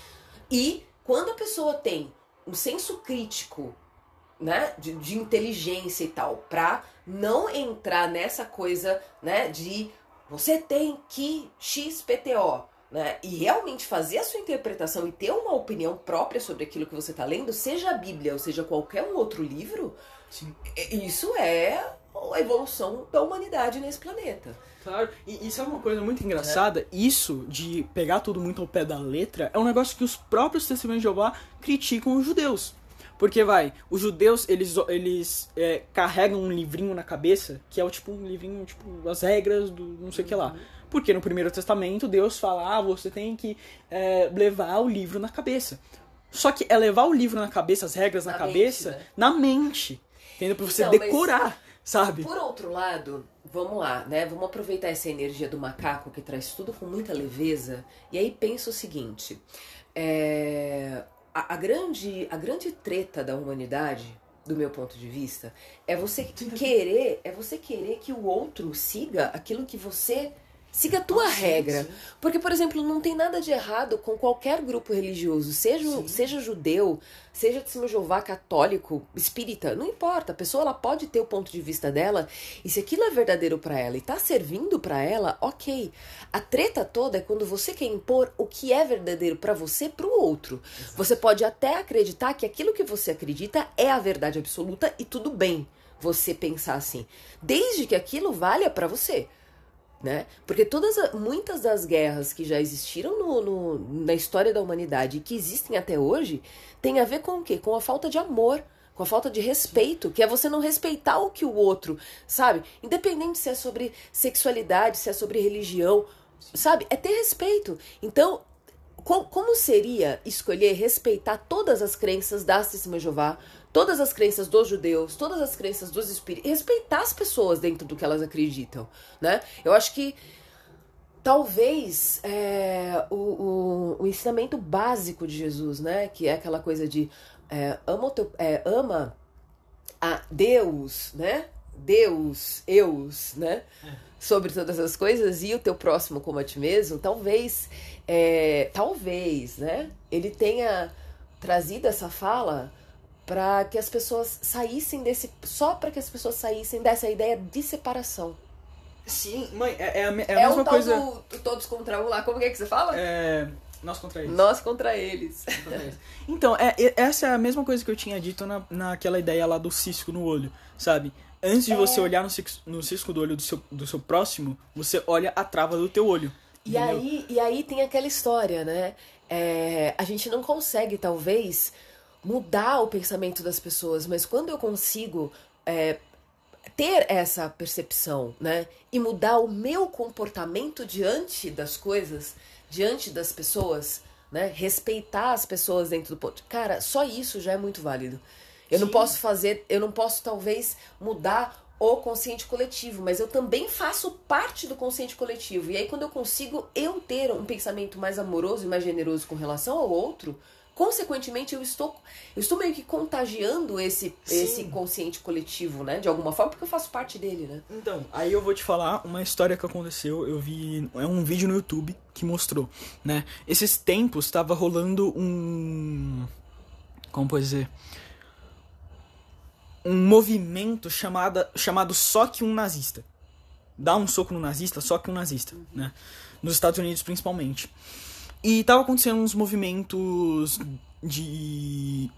E quando a pessoa tem um senso crítico, né, de, de inteligência e tal, pra não entrar nessa coisa, né, de você tem que X P T O, né, e realmente fazer a sua interpretação e ter uma opinião própria sobre aquilo que você está lendo, seja a Bíblia ou seja qualquer um outro livro, Sim. isso é a evolução da humanidade nesse planeta. Claro, e isso é uma coisa muito engraçada, é. Isso de pegar tudo muito ao pé da letra é um negócio que os próprios testemunhos de Jeová criticam os judeus. Porque, vai, os judeus, eles, eles é, carregam um livrinho na cabeça, que é o tipo um livrinho, tipo, as regras do não sei o uhum. que lá. Porque no Primeiro Testamento, Deus fala, ah, você tem que é, levar o livro na cabeça. Só que é levar o livro na cabeça, as regras na, na cabeça, mente, né? na mente. Entendeu? Pra você então, decorar, sabe? Por outro lado, vamos lá, né? Vamos aproveitar essa energia do macaco que traz tudo com muita leveza. E aí pensa o seguinte, é... A, a, grande, a grande treta da humanidade, do meu ponto de vista, é você querer, é você querer que o outro siga aquilo que você... Siga a tua ah, regra. Sim. Porque, por exemplo, não tem nada de errado com qualquer grupo religioso, seja, seja judeu, seja de Jeová, católico, espírita, não importa. A pessoa ela pode ter o ponto de vista dela e se aquilo é verdadeiro pra ela e tá servindo pra ela, ok. A treta toda é quando você quer impor o que é verdadeiro pra você pro outro. Exato. Você pode até acreditar que aquilo que você acredita é a verdade absoluta e tudo bem você pensar assim, desde que aquilo valha pra você. Né? Porque todas, muitas das guerras que já existiram no, no, na história da humanidade e que existem até hoje tem a ver com o quê? Com a falta de amor, com a falta de respeito, que é você não respeitar o que o outro, sabe? Independente se é sobre sexualidade, se é sobre religião, sabe? É ter respeito. Então, com, como seria escolher respeitar todas as crenças da Testemunha de Jeová, todas as crenças dos judeus, todas as crenças dos espíritos, respeitar as pessoas dentro do que elas acreditam, né? Eu acho que talvez é, o, o, o ensinamento básico de Jesus, né? Que é aquela coisa de é, ama, o teu, é, ama a Deus, né? Deus, eus, né? Sobre todas as coisas e o teu próximo como a ti mesmo, talvez, é, talvez, né? Ele tenha trazido essa fala para que as pessoas saíssem desse, só para que as pessoas saíssem dessa ideia de separação. Sim, mãe, é, é a, é a é mesma um tal coisa... do todos contra um lá, como que é que você fala? É... Nós contra eles. Nós contra eles. Contra eles. Então, é, é, essa é a mesma coisa que eu tinha dito na, naquela ideia lá do cisco no olho, sabe? Antes de é... você olhar no cisco, no cisco do olho do seu, do seu próximo, você olha a trava do teu olho. E aí, e aí tem aquela história, né? É, a gente não consegue, talvez, mudar o pensamento das pessoas, mas quando eu consigo é, ter essa percepção, né? E mudar o meu comportamento diante das coisas, diante das pessoas, né? Respeitar as pessoas dentro do ponto. Cara, só isso já é muito válido. Eu Sim. não posso fazer, eu não posso talvez mudar o consciente coletivo, mas eu também faço parte do consciente coletivo. E aí quando eu consigo eu ter um pensamento mais amoroso e mais generoso com relação ao outro, consequentemente eu estou, eu estou meio que contagiando esse, esse consciente coletivo, né? De alguma forma, porque eu faço parte dele, né? Então, aí eu vou te falar uma história que aconteceu, eu vi, é um vídeo no YouTube que mostrou, né? Esses tempos estava rolando um... Como pode dizer? Um movimento chamada, chamado Só Que Um Nazista. Dá um soco no nazista, só que um nazista, uhum. né? Nos Estados Unidos, principalmente. E tava acontecendo uns movimentos de...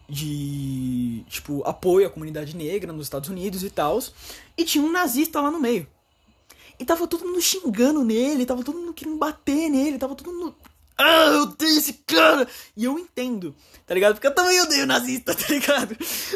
de... tipo, apoio à comunidade negra nos Estados Unidos e tal. E tinha um nazista lá no meio. E tava todo mundo xingando nele, tava todo mundo querendo bater nele, tava todo mundo... Ah, eu odeio esse cara! E eu entendo, tá ligado? Porque eu também odeio nazista, tá ligado?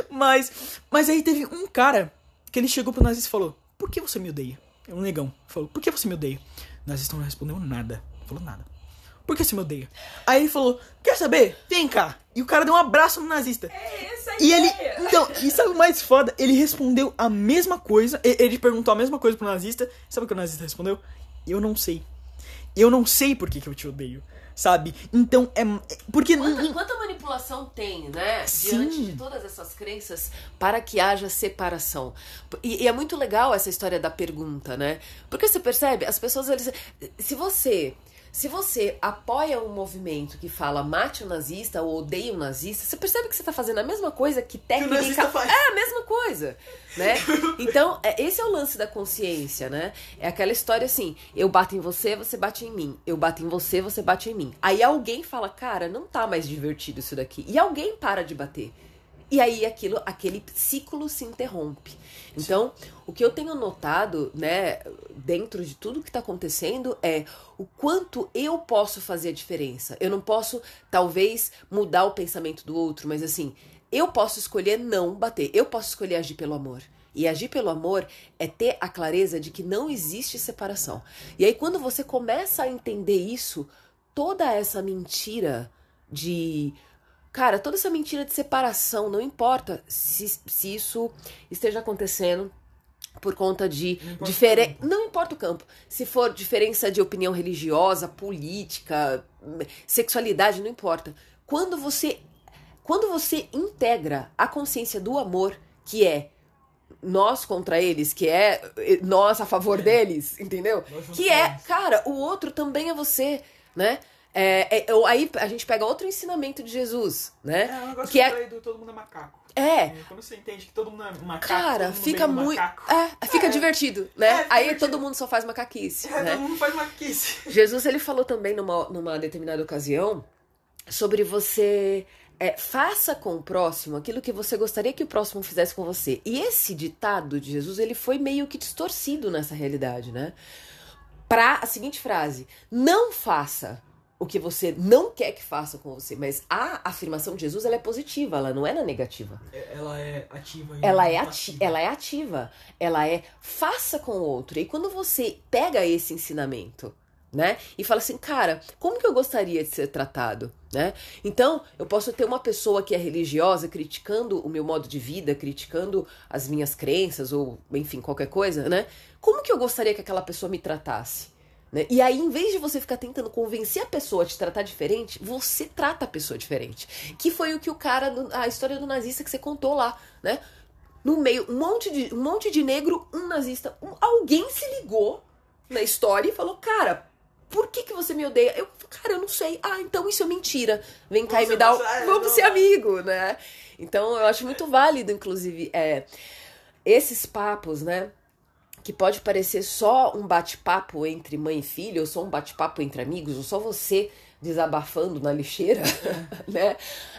Mas, mas aí teve um cara que ele chegou pro nazista e falou: por que você me odeia? É um negão. Falou: por que você me odeia? O nazista não respondeu nada. Falou nada. Por que você me odeia? Aí ele falou: quer saber? Vem cá. E o cara deu um abraço no nazista. É essa a e ideia. ele, então, e sabe o mais foda? Ele respondeu a mesma coisa. Ele perguntou a mesma coisa pro nazista. Sabe o que o nazista respondeu? Eu não sei. Eu não sei por que, que eu te odeio. Sabe? Então é... Porque... Quanta, quanta manipulação tem, né? Sim. Diante de todas essas crenças para que haja separação. E, e é muito legal essa história da pergunta, né? Porque você percebe, as pessoas... Eles, se você... Se você apoia um movimento que fala mate o nazista ou odeia o nazista, você percebe que você está fazendo a mesma coisa que técnica... Que faz. É a mesma coisa, né? Então, é, esse é o lance da consciência, né? É aquela história assim, eu bato em você, você bate em mim. Eu bato em você, você bate em mim. Aí alguém fala, cara, não tá mais divertido isso daqui. E alguém para de bater. E aí aquilo, aquele ciclo se interrompe. Então, o que eu tenho notado, né, dentro de tudo que está acontecendo é o quanto eu posso fazer a diferença. Eu não posso, talvez, mudar o pensamento do outro, mas assim, eu posso escolher não bater. Eu posso escolher agir pelo amor. E agir pelo amor é ter a clareza de que não existe separação. E aí, quando você começa a entender isso, toda essa mentira de... Cara, toda essa mentira de separação, não importa se, se isso esteja acontecendo por conta de diferença. Não importa o campo. Se for diferença de opinião religiosa, política, sexualidade, não importa. Quando você, quando você integra a consciência do amor, que é nós contra eles, que é nós a favor é. deles, entendeu? Que é, cara, o outro também é você, né? É, é, aí a gente pega outro ensinamento de Jesus, né? É, um negócio que é do todo mundo é macaco. É. Quando você entende que todo mundo é macaco, cara, todo mundo fica muito. É, fica é. divertido, né? É, aí divertido. todo mundo só faz macaquice. É, né? todo mundo faz macaquice. Jesus, ele falou também numa, numa determinada ocasião sobre você. É, faça com o próximo aquilo que você gostaria que o próximo fizesse com você. E esse ditado de Jesus, ele foi meio que distorcido nessa realidade, né? Pra a seguinte frase: não faça o que você não quer que faça com você, mas a afirmação de Jesus, ela é positiva, ela não é na negativa. Ela é ativa. E ela, é ati ela é ativa, ela é faça com o outro. E quando você pega esse ensinamento, né? E fala assim, cara, como que eu gostaria de ser tratado, né? Então, eu posso ter uma pessoa que é religiosa criticando o meu modo de vida, criticando as minhas crenças ou, enfim, qualquer coisa, né? Como que eu gostaria que aquela pessoa me tratasse? Né? E aí, em vez de você ficar tentando convencer a pessoa a te tratar diferente, você trata a pessoa diferente. Que foi o que o cara, a história do nazista que você contou lá, né? No meio, um monte de, um monte de negro, um nazista. Um, alguém se ligou na história e falou, cara, por que que você me odeia? Eu, cara, eu não sei. Ah, então isso é mentira. Vem cá e me dá o... Vamos ser amigo, né? Então, eu acho muito válido, inclusive, é, esses papos, né? Que pode parecer só um bate-papo entre mãe e filho, ou só um bate-papo entre amigos, ou só você desabafando na lixeira, né?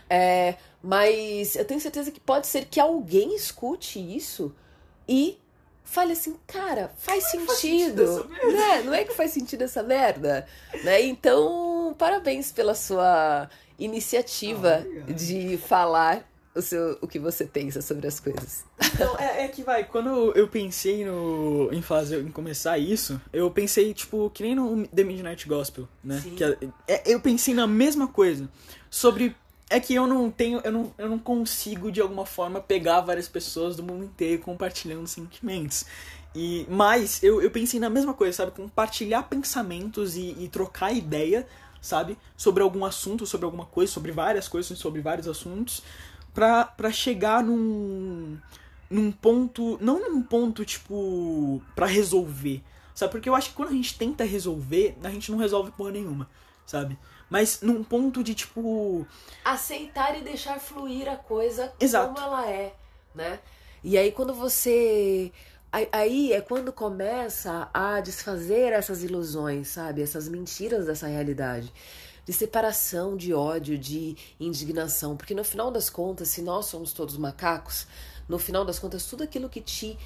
É, mas eu tenho certeza que pode ser que alguém escute isso e fale assim, cara, faz Não sentido, faz sentido né? Não é que faz sentido essa merda, né? Então, parabéns pela sua iniciativa Ah, de falar o, seu, o que você pensa sobre as coisas. Então, é, é que vai, quando eu pensei no, em fazer, em começar isso, eu pensei, tipo, que nem no The Midnight Gospel, né? Sim. Que é, é, eu pensei na mesma coisa, sobre... É que eu não tenho, eu não, eu não consigo, de alguma forma, pegar várias pessoas do mundo inteiro compartilhando sentimentos. E, mas eu, eu pensei na mesma coisa, sabe? Compartilhar pensamentos e, e trocar ideia, sabe? Sobre algum assunto, sobre alguma coisa, sobre várias coisas, sobre vários assuntos, pra, pra chegar num, num ponto, não num ponto, tipo, pra resolver, sabe? Porque eu acho que quando a gente tenta resolver, a gente não resolve porra nenhuma, sabe? Mas num ponto de, tipo... aceitar e deixar fluir a coisa Exato. como ela é, né? E aí quando você... Aí é quando começa a desfazer essas ilusões, sabe? Essas mentiras dessa realidade. De separação, de ódio, de indignação. Porque no final das contas, se nós somos todos macacos, no final das contas, tudo aquilo que te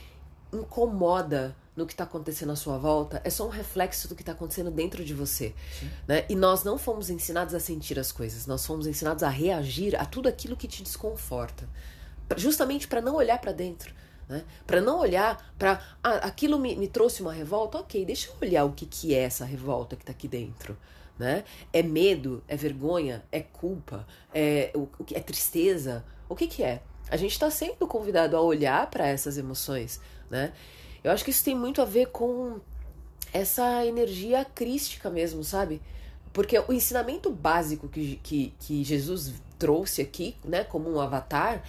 incomoda no que está acontecendo à sua volta é só um reflexo do que está acontecendo dentro de você, né? E nós não fomos ensinados a sentir as coisas, nós fomos ensinados a reagir a tudo aquilo que te desconforta, justamente para não olhar para dentro, né? Para não olhar para ah, aquilo me, me trouxe uma revolta, ok, deixa eu olhar o que, que é essa revolta que está aqui dentro, né? É medo, é vergonha, é culpa, é, o, é tristeza, o que que é? A gente está sendo convidado a olhar para essas emoções, né? Eu acho que isso tem muito a ver com essa energia crística mesmo, sabe? Porque o ensinamento básico que, que, que Jesus trouxe aqui, né, como um avatar,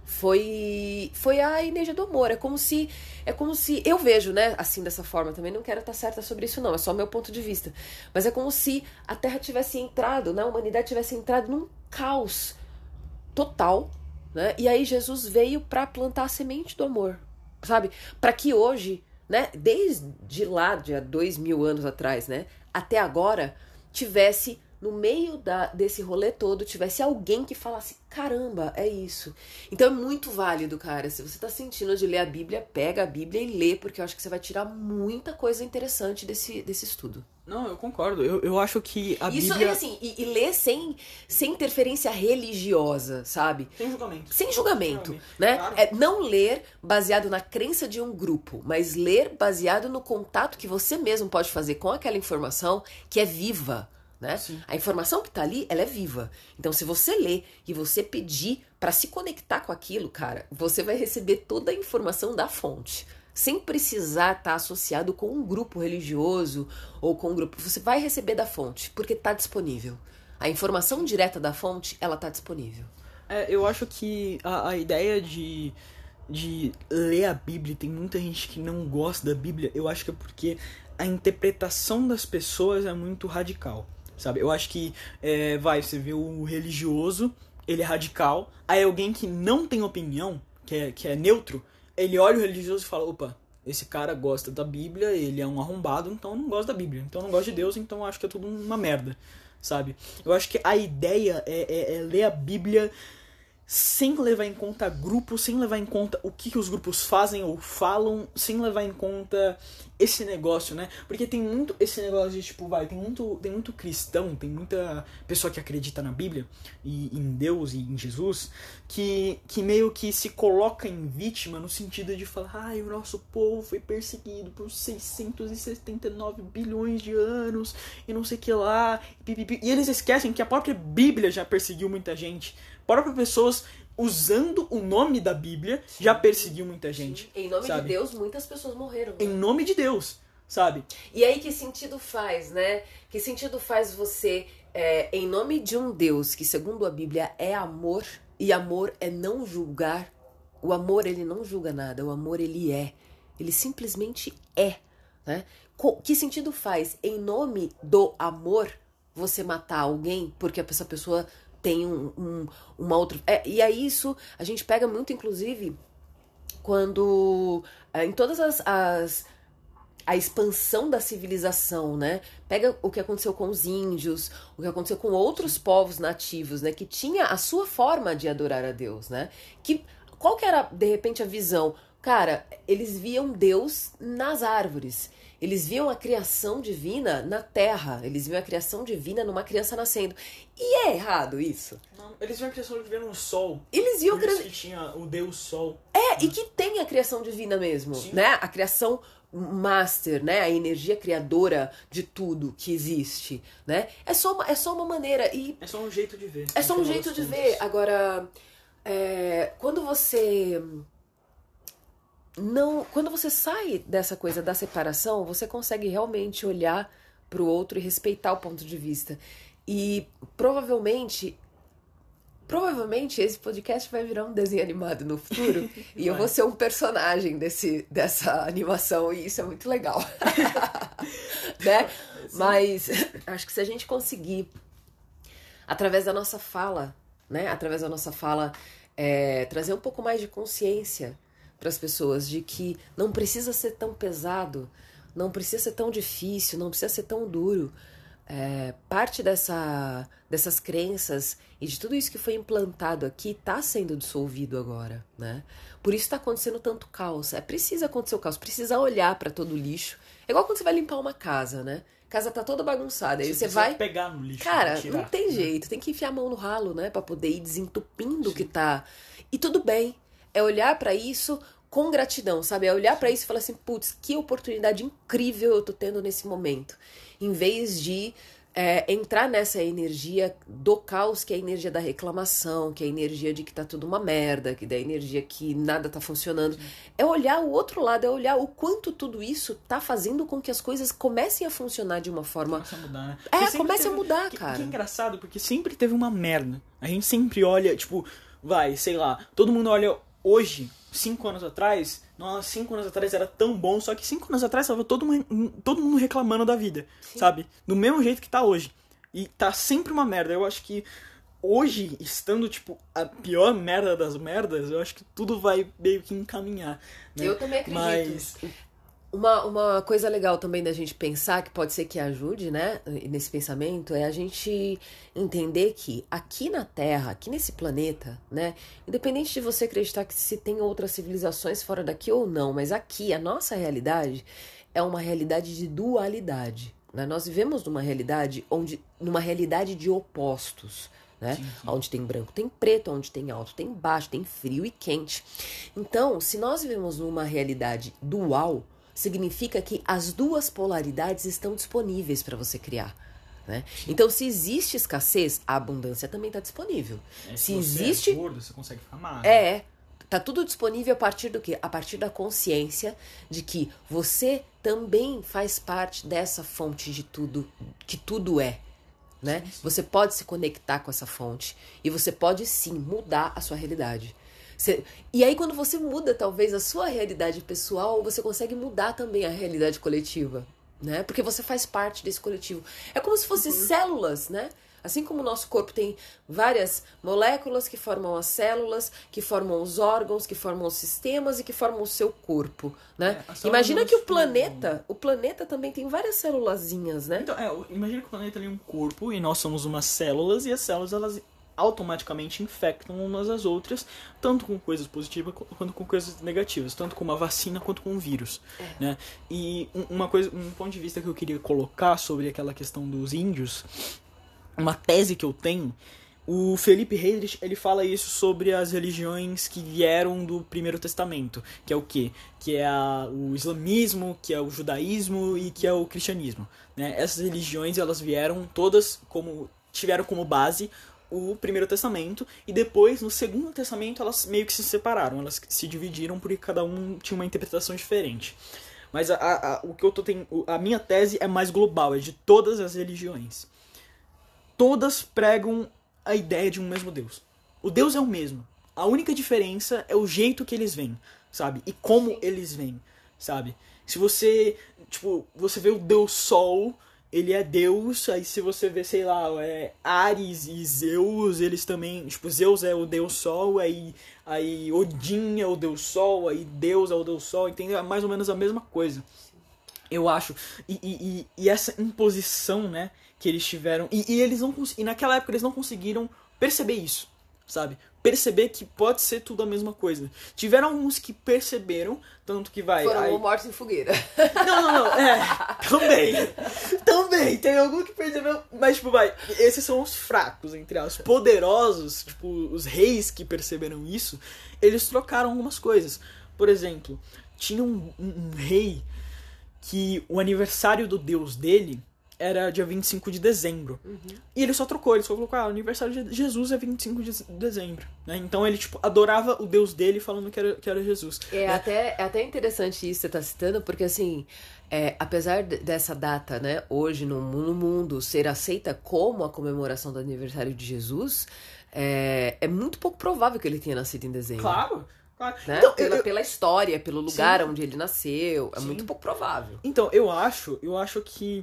foi, foi a energia do amor. É como se, é como se, eu vejo, né, assim, dessa forma, também não quero estar certa sobre isso não, é só meu ponto de vista. Mas é como se a Terra tivesse entrado, né, a humanidade tivesse entrado num caos total, né? E aí Jesus veio para plantar a semente do amor, sabe? Para que hoje, né, desde lá de há dois mil anos atrás, né, até agora, tivesse no meio da, desse rolê todo, tivesse alguém que falasse, caramba, é isso. Então é muito válido, cara. Se você tá sentindo de ler a Bíblia, pega a Bíblia e lê, porque eu acho que você vai tirar muita coisa interessante desse, desse estudo. Não, eu concordo. Eu, eu acho que a Isso, Bíblia... e assim, e, e ler sem, sem interferência religiosa, sabe? Sem julgamento. Sem julgamento, Realmente. né? Claro. É não ler baseado na crença de um grupo, mas ler baseado no contato que você mesmo pode fazer com aquela informação que é viva, né? Sim. A informação que tá ali, ela é viva. Então, se você ler e você pedir pra se conectar com aquilo, cara, você vai receber toda a informação da fonte. Sem precisar estar associado com um grupo religioso ou com um grupo. Você vai receber da fonte, porque está disponível. A informação direta da fonte, ela está disponível. É, eu acho que a, a ideia de, de ler a Bíblia, tem muita gente que não gosta da Bíblia, eu acho que é porque a interpretação das pessoas é muito radical, sabe? Eu acho que, é, vai, você vê o religioso, ele é radical, aí alguém que não tem opinião, que é, que é neutro, ele olha o religioso e fala, opa, esse cara gosta da Bíblia, ele é um arrombado, então eu não gosto da Bíblia. Então eu não gosto de Deus, então eu acho que é tudo uma merda, sabe? Eu acho que a ideia é, é, é ler a Bíblia sem levar em conta grupos, sem levar em conta o que, que os grupos fazem ou falam, sem levar em conta esse negócio, né? Porque tem muito esse negócio de, tipo, vai, tem muito, tem muito cristão, tem muita pessoa que acredita na Bíblia, e em Deus e em Jesus, que, que meio que se coloca em vítima no sentido de falar, ai, o nosso povo foi perseguido por seiscentos e setenta e nove bilhões de anos, e não sei o que lá, pipipi. E eles esquecem que a própria Bíblia já perseguiu muita gente. Próprias pessoas usando o nome da Bíblia Sim. já perseguiu muita gente. Sim. Em nome sabe? de Deus, muitas pessoas morreram. Né? Em nome de Deus, sabe? E aí que sentido faz, né? Que sentido faz você, é, em nome de um Deus que, segundo a Bíblia, é amor, e amor é não julgar. O amor, ele não julga nada, o amor, ele é. Ele simplesmente é, né? Que sentido faz, em nome do amor, você matar alguém porque essa pessoa tem um, um, uma outra... É, e aí isso a gente pega muito, inclusive, quando... É, em todas as, as... a expansão da civilização, né? Pega o que aconteceu com os índios, o que aconteceu com outros povos nativos, né? Que tinha a sua forma de adorar a Deus, né? Que, qual que era, de repente, a visão? Cara, eles viam Deus nas árvores. Eles viam a criação divina na terra. Eles viam a criação divina numa criança nascendo. E é errado isso? Não, eles viam a criação divina no sol. Eles viam... Por isso que tinha o Deus Sol. É, né? E que tem a criação divina mesmo, Sim. né? A criação master, né? A energia criadora de tudo que existe, né? É só uma, é só uma maneira e... É só um jeito de ver. É só um jeito de ver. Agora, é, quando você... Não, quando você sai dessa coisa da separação, você consegue realmente olhar para o outro e respeitar o ponto de vista. E provavelmente, provavelmente esse podcast vai virar um desenho animado no futuro e eu vou ser um personagem desse, dessa animação e isso é muito legal. né? Mas acho que se a gente conseguir, através da nossa fala, né? Através da nossa fala, é, trazer um pouco mais de consciência para as pessoas de que não precisa ser tão pesado, não precisa ser tão difícil, não precisa ser tão duro. É, parte dessa, dessas crenças e de tudo isso que foi implantado aqui está sendo dissolvido agora, né? Por isso está acontecendo tanto caos. É preciso acontecer o caos, precisa olhar para todo o lixo. É igual quando você vai limpar uma casa, né? A casa tá toda bagunçada, aí você, você vai pegar no lixo. Cara, tirar, não tem né? jeito, tem que enfiar a mão no ralo, né, para poder ir desentupindo o que tá. E tudo bem. É olhar pra isso com gratidão, sabe? É olhar pra isso e falar assim, putz, que oportunidade incrível eu tô tendo nesse momento. Em vez de é, entrar nessa energia do caos, que é a energia da reclamação, que é a energia de que tá tudo uma merda, que é a energia que nada tá funcionando. É olhar o outro lado, é olhar o quanto tudo isso tá fazendo com que as coisas comecem a funcionar de uma forma... Começa a mudar, né? É, comece teve... a mudar, que, cara. Que é engraçado, porque sempre teve uma merda. A gente sempre olha, tipo... Vai, sei lá, todo mundo olha hoje, cinco anos atrás, nossa, cinco anos atrás era tão bom, só que cinco anos atrás tava todo mundo, todo mundo reclamando da vida, Sim. sabe? Do mesmo jeito que tá hoje. E tá sempre uma merda. Eu acho que hoje, estando, tipo, a pior merda das merdas, eu acho que tudo vai meio que encaminhar. Né? Eu também acredito. Mas... Uma, uma coisa legal também da gente pensar, que pode ser que ajude, né, nesse pensamento, é a gente entender que aqui na Terra, aqui nesse planeta, né, independente de você acreditar que se tem outras civilizações fora daqui ou não, mas aqui, a nossa realidade é uma realidade de dualidade, né? Nós vivemos numa realidade, onde, numa realidade de opostos, né? Sim, sim. Onde tem branco tem preto, onde tem alto tem baixo, tem frio e quente. Então, se nós vivemos numa realidade dual, significa que as duas polaridades estão disponíveis para você criar, né? Então, se existe escassez, a abundância também está disponível. É, se se você existe, é gordo, você consegue ficar magro. É, tá tudo disponível a partir do quê? A partir da consciência de que você também faz parte dessa fonte de tudo, que tudo é, né? Sim, sim. Você pode se conectar com essa fonte e você pode sim mudar a sua realidade. Você, e aí quando você muda talvez a sua realidade pessoal, você consegue mudar também a realidade coletiva, né? Porque você faz parte desse coletivo. É como se fossem uhum. células, né? Assim como o nosso corpo tem várias moléculas que formam as células, que formam os órgãos, que formam os sistemas e que formam o seu corpo, né? É, imagina que o planeta, o planeta também tem várias célulazinhas, né? Então, é, imagina que o planeta tem um corpo e nós somos umas células e as células, elas automaticamente infectam umas às outras, tanto com coisas positivas quanto com coisas negativas, tanto com uma vacina quanto com um vírus, é. né? E uma coisa, um ponto de vista que eu queria colocar sobre aquela questão dos índios, uma tese que eu tenho, o Felipe Heydrich, ele fala isso sobre as religiões que vieram do Primeiro Testamento, que é o quê? Que é a, o islamismo, que é o judaísmo e que é o cristianismo, né? Essas religiões, elas vieram todas como, tiveram como base o Primeiro Testamento, e depois, no Segundo Testamento, elas meio que se separaram, elas se dividiram porque cada um tinha uma interpretação diferente. Mas a, a, o que eu tô ten... a minha tese é mais global, é de todas as religiões. Todas pregam a ideia de um mesmo Deus. O Deus é o mesmo. A única diferença é o jeito que eles vêm, sabe? E como eles vêm, sabe? Se você, tipo, você vê o Deus Sol, ele é Deus, aí se você vê, sei lá, é Ares e Zeus, eles também, tipo, Zeus é o Deus Sol, aí, aí Odin é o Deus Sol, aí Deus é o Deus Sol, entendeu? É mais ou menos a mesma coisa, eu acho. E, e, e essa imposição, né, que eles tiveram, e, e eles não e naquela época eles não conseguiram perceber isso, sabe? Perceber que pode ser tudo a mesma coisa. Tiveram alguns que perceberam, tanto que vai... Foram aí... mortos em fogueira. Não, não, não, é, também, também, tem algum que percebeu, mas tipo, vai, esses são os fracos, entre as poderosos, tipo, os reis que perceberam isso, eles trocaram algumas coisas. Por exemplo, tinha um, um, um rei que o aniversário do deus dele era dia vinte e cinco de dezembro. Uhum. E ele só trocou, ele só colocou, ah, o aniversário de Jesus é vinte e cinco de dezembro. Né? Então ele, tipo, adorava o Deus dele falando que era, que era Jesus. É, né? até, é até interessante isso que você tá citando, porque assim, é, apesar dessa data, né, hoje no, no mundo ser aceita como a comemoração do aniversário de Jesus, é, é muito pouco provável que ele tenha nascido em dezembro. Claro. Claro. Né? Então, pela, eu, pela história, pelo lugar sim. onde ele nasceu, é Sim. muito pouco provável. Então, eu acho, eu acho que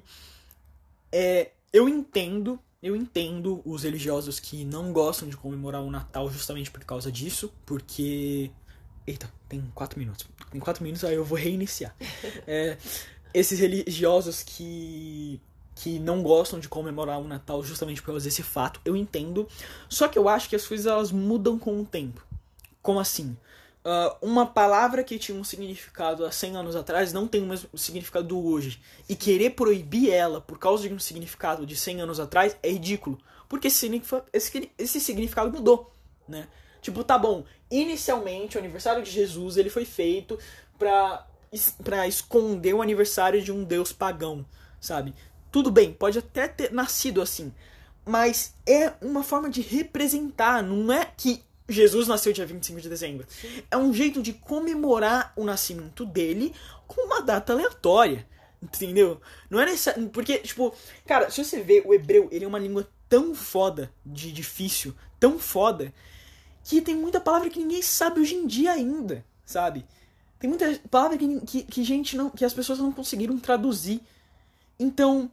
É, eu entendo, eu entendo os religiosos que não gostam de comemorar o Natal justamente por causa disso, porque... Eita, tem quatro minutos. Tem quatro minutos, aí eu vou reiniciar. É, esses religiosos que, que não gostam de comemorar o Natal justamente por causa desse fato, eu entendo. Só que eu acho que as coisas elas mudam com o tempo. Como assim? Uh, uma palavra que tinha um significado há cem anos atrás não tem o mesmo significado do hoje. E querer proibir ela por causa de um significado de cem anos atrás é ridículo. Porque esse, esse, esse significado mudou, né? Tipo, tá bom, inicialmente o aniversário de Jesus ele foi feito pra, pra esconder o aniversário de um deus pagão, sabe? Tudo bem, pode até ter nascido assim. Mas é uma forma de representar, não é que Jesus nasceu dia vinte e cinco de dezembro. Sim. É um jeito de comemorar o nascimento dele com uma data aleatória. Entendeu? Não é necessário. Porque, tipo, cara, se você vê o hebreu, ele é uma língua tão foda, de difícil, tão foda, que tem muita palavra que ninguém sabe hoje em dia ainda, sabe? Tem muita palavra que, que, que, gente não, que as pessoas não conseguiram traduzir. Então,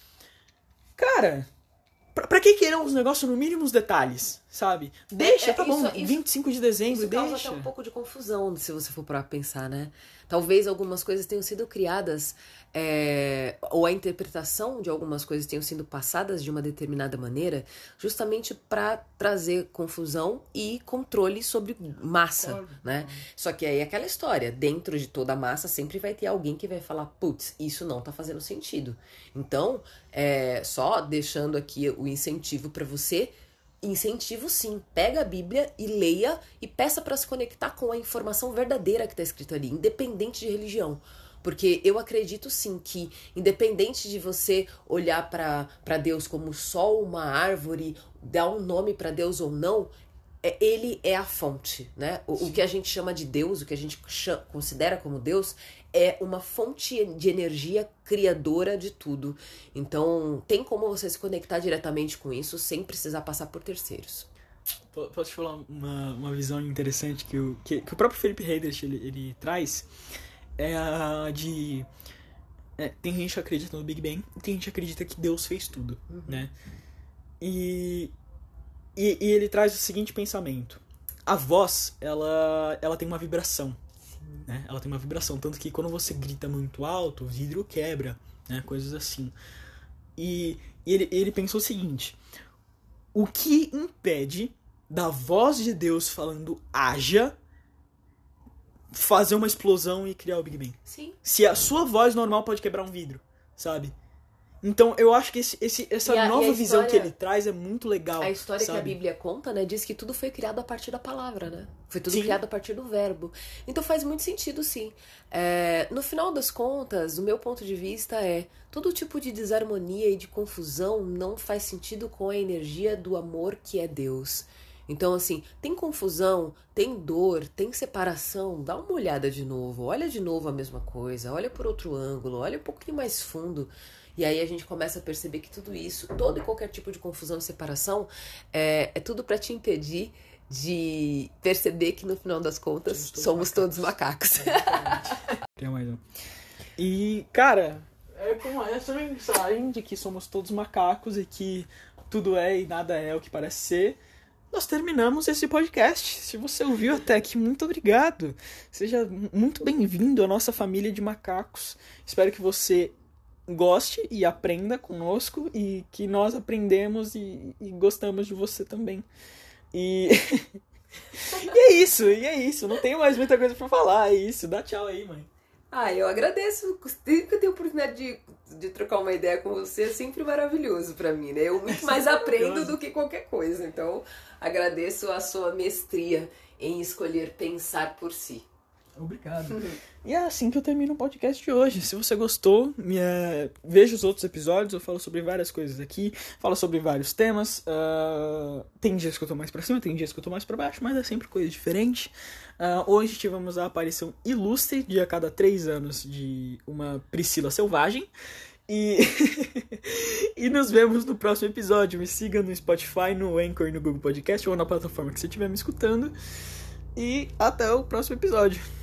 cara... Pra, pra que querer os negócios no mínimo os detalhes, sabe? Deixa, é, é, tá bom, isso, vinte e cinco de dezembro, isso deixa. Isso causa até um pouco de confusão, se você for pra pensar, né? Talvez algumas coisas tenham sido criadas, é, ou a interpretação de algumas coisas tenham sido passadas de uma determinada maneira, justamente para trazer confusão e controle sobre massa, claro, né? Claro. Só que aí é aquela história, dentro de toda a massa sempre vai ter alguém que vai falar, putz, isso não tá fazendo sentido. Então, é, só deixando aqui o incentivo para você, incentivo sim, pega a Bíblia e leia e peça para se conectar com a informação verdadeira que está escrita ali, independente de religião. Porque eu acredito sim que, independente de você olhar para Deus como o sol, uma árvore, dar um nome para Deus ou não, é, ele é a fonte, né? O, o que a gente chama de Deus, o que a gente chama, considera como Deus, é uma fonte de energia criadora de tudo. Então, tem como você se conectar diretamente com isso sem precisar passar por terceiros. Posso te falar uma, uma visão interessante que o, que, que o próprio Felipe Heydrich ele, ele traz? É a de... É, tem gente que acredita no Big Bang e tem gente que acredita que Deus fez tudo, uhum. né? E, e, e ele traz o seguinte pensamento. A voz, ela, ela tem uma vibração. Né? Ela tem uma vibração, tanto que quando você grita muito alto, o vidro quebra, né? Coisas assim. E, e ele, ele pensou o seguinte: o que impede da voz de Deus falando haja fazer uma explosão e criar o Big Bang? Sim. Se a sua voz normal pode quebrar um vidro, sabe? Então, eu acho que esse, esse, essa a, nova a visão história, que ele traz é muito legal. A história sabe? que a Bíblia conta, né, diz que tudo foi criado a partir da palavra, né? Foi tudo Sim. criado a partir do verbo. Então faz muito sentido, sim. É, no final das contas, o meu ponto de vista é todo tipo de desarmonia e de confusão não faz sentido com a energia do amor que é Deus. Então, assim, tem confusão, tem dor, tem separação, dá uma olhada de novo, olha de novo a mesma coisa, olha por outro ângulo, olha um pouquinho mais fundo. E aí a gente começa a perceber que tudo isso, todo e qualquer tipo de confusão e separação, é, é tudo para te impedir de perceber que no final das contas somos todos, somos todos macacos. Tem mais um. E, cara, é com essa mensagem de que somos todos macacos e que tudo é e nada é o que parece ser, nós terminamos esse podcast. Se você ouviu até aqui, muito obrigado. Seja muito bem-vindo à nossa família de macacos. Espero que você goste e aprenda conosco e que nós aprendemos e, e gostamos de você também. E... e é isso, e é isso. Não tenho mais muita coisa pra falar. É isso. Dá tchau aí, mãe. Ah, eu agradeço. Sempre que eu tenho a oportunidade de, de trocar uma ideia com você, é sempre maravilhoso pra mim, né? Eu muito mais aprendo do que qualquer coisa. Então, agradeço a sua mestria em escolher pensar por si. Obrigado. E é assim que eu termino o podcast de hoje. Se você gostou, minha... veja os outros episódios. Eu falo sobre várias coisas aqui. Falo sobre vários temas. Uh... Tem dias que eu tô mais pra cima, tem dias que eu tô mais pra baixo, mas é sempre coisa diferente. Uh, hoje tivemos a aparição ilustre de a cada três anos de uma Priscila Selvagem. E... e nos vemos no próximo episódio. Me siga no Spotify, no Anchor, no Google Podcast ou na plataforma que você estiver me escutando. E até o próximo episódio.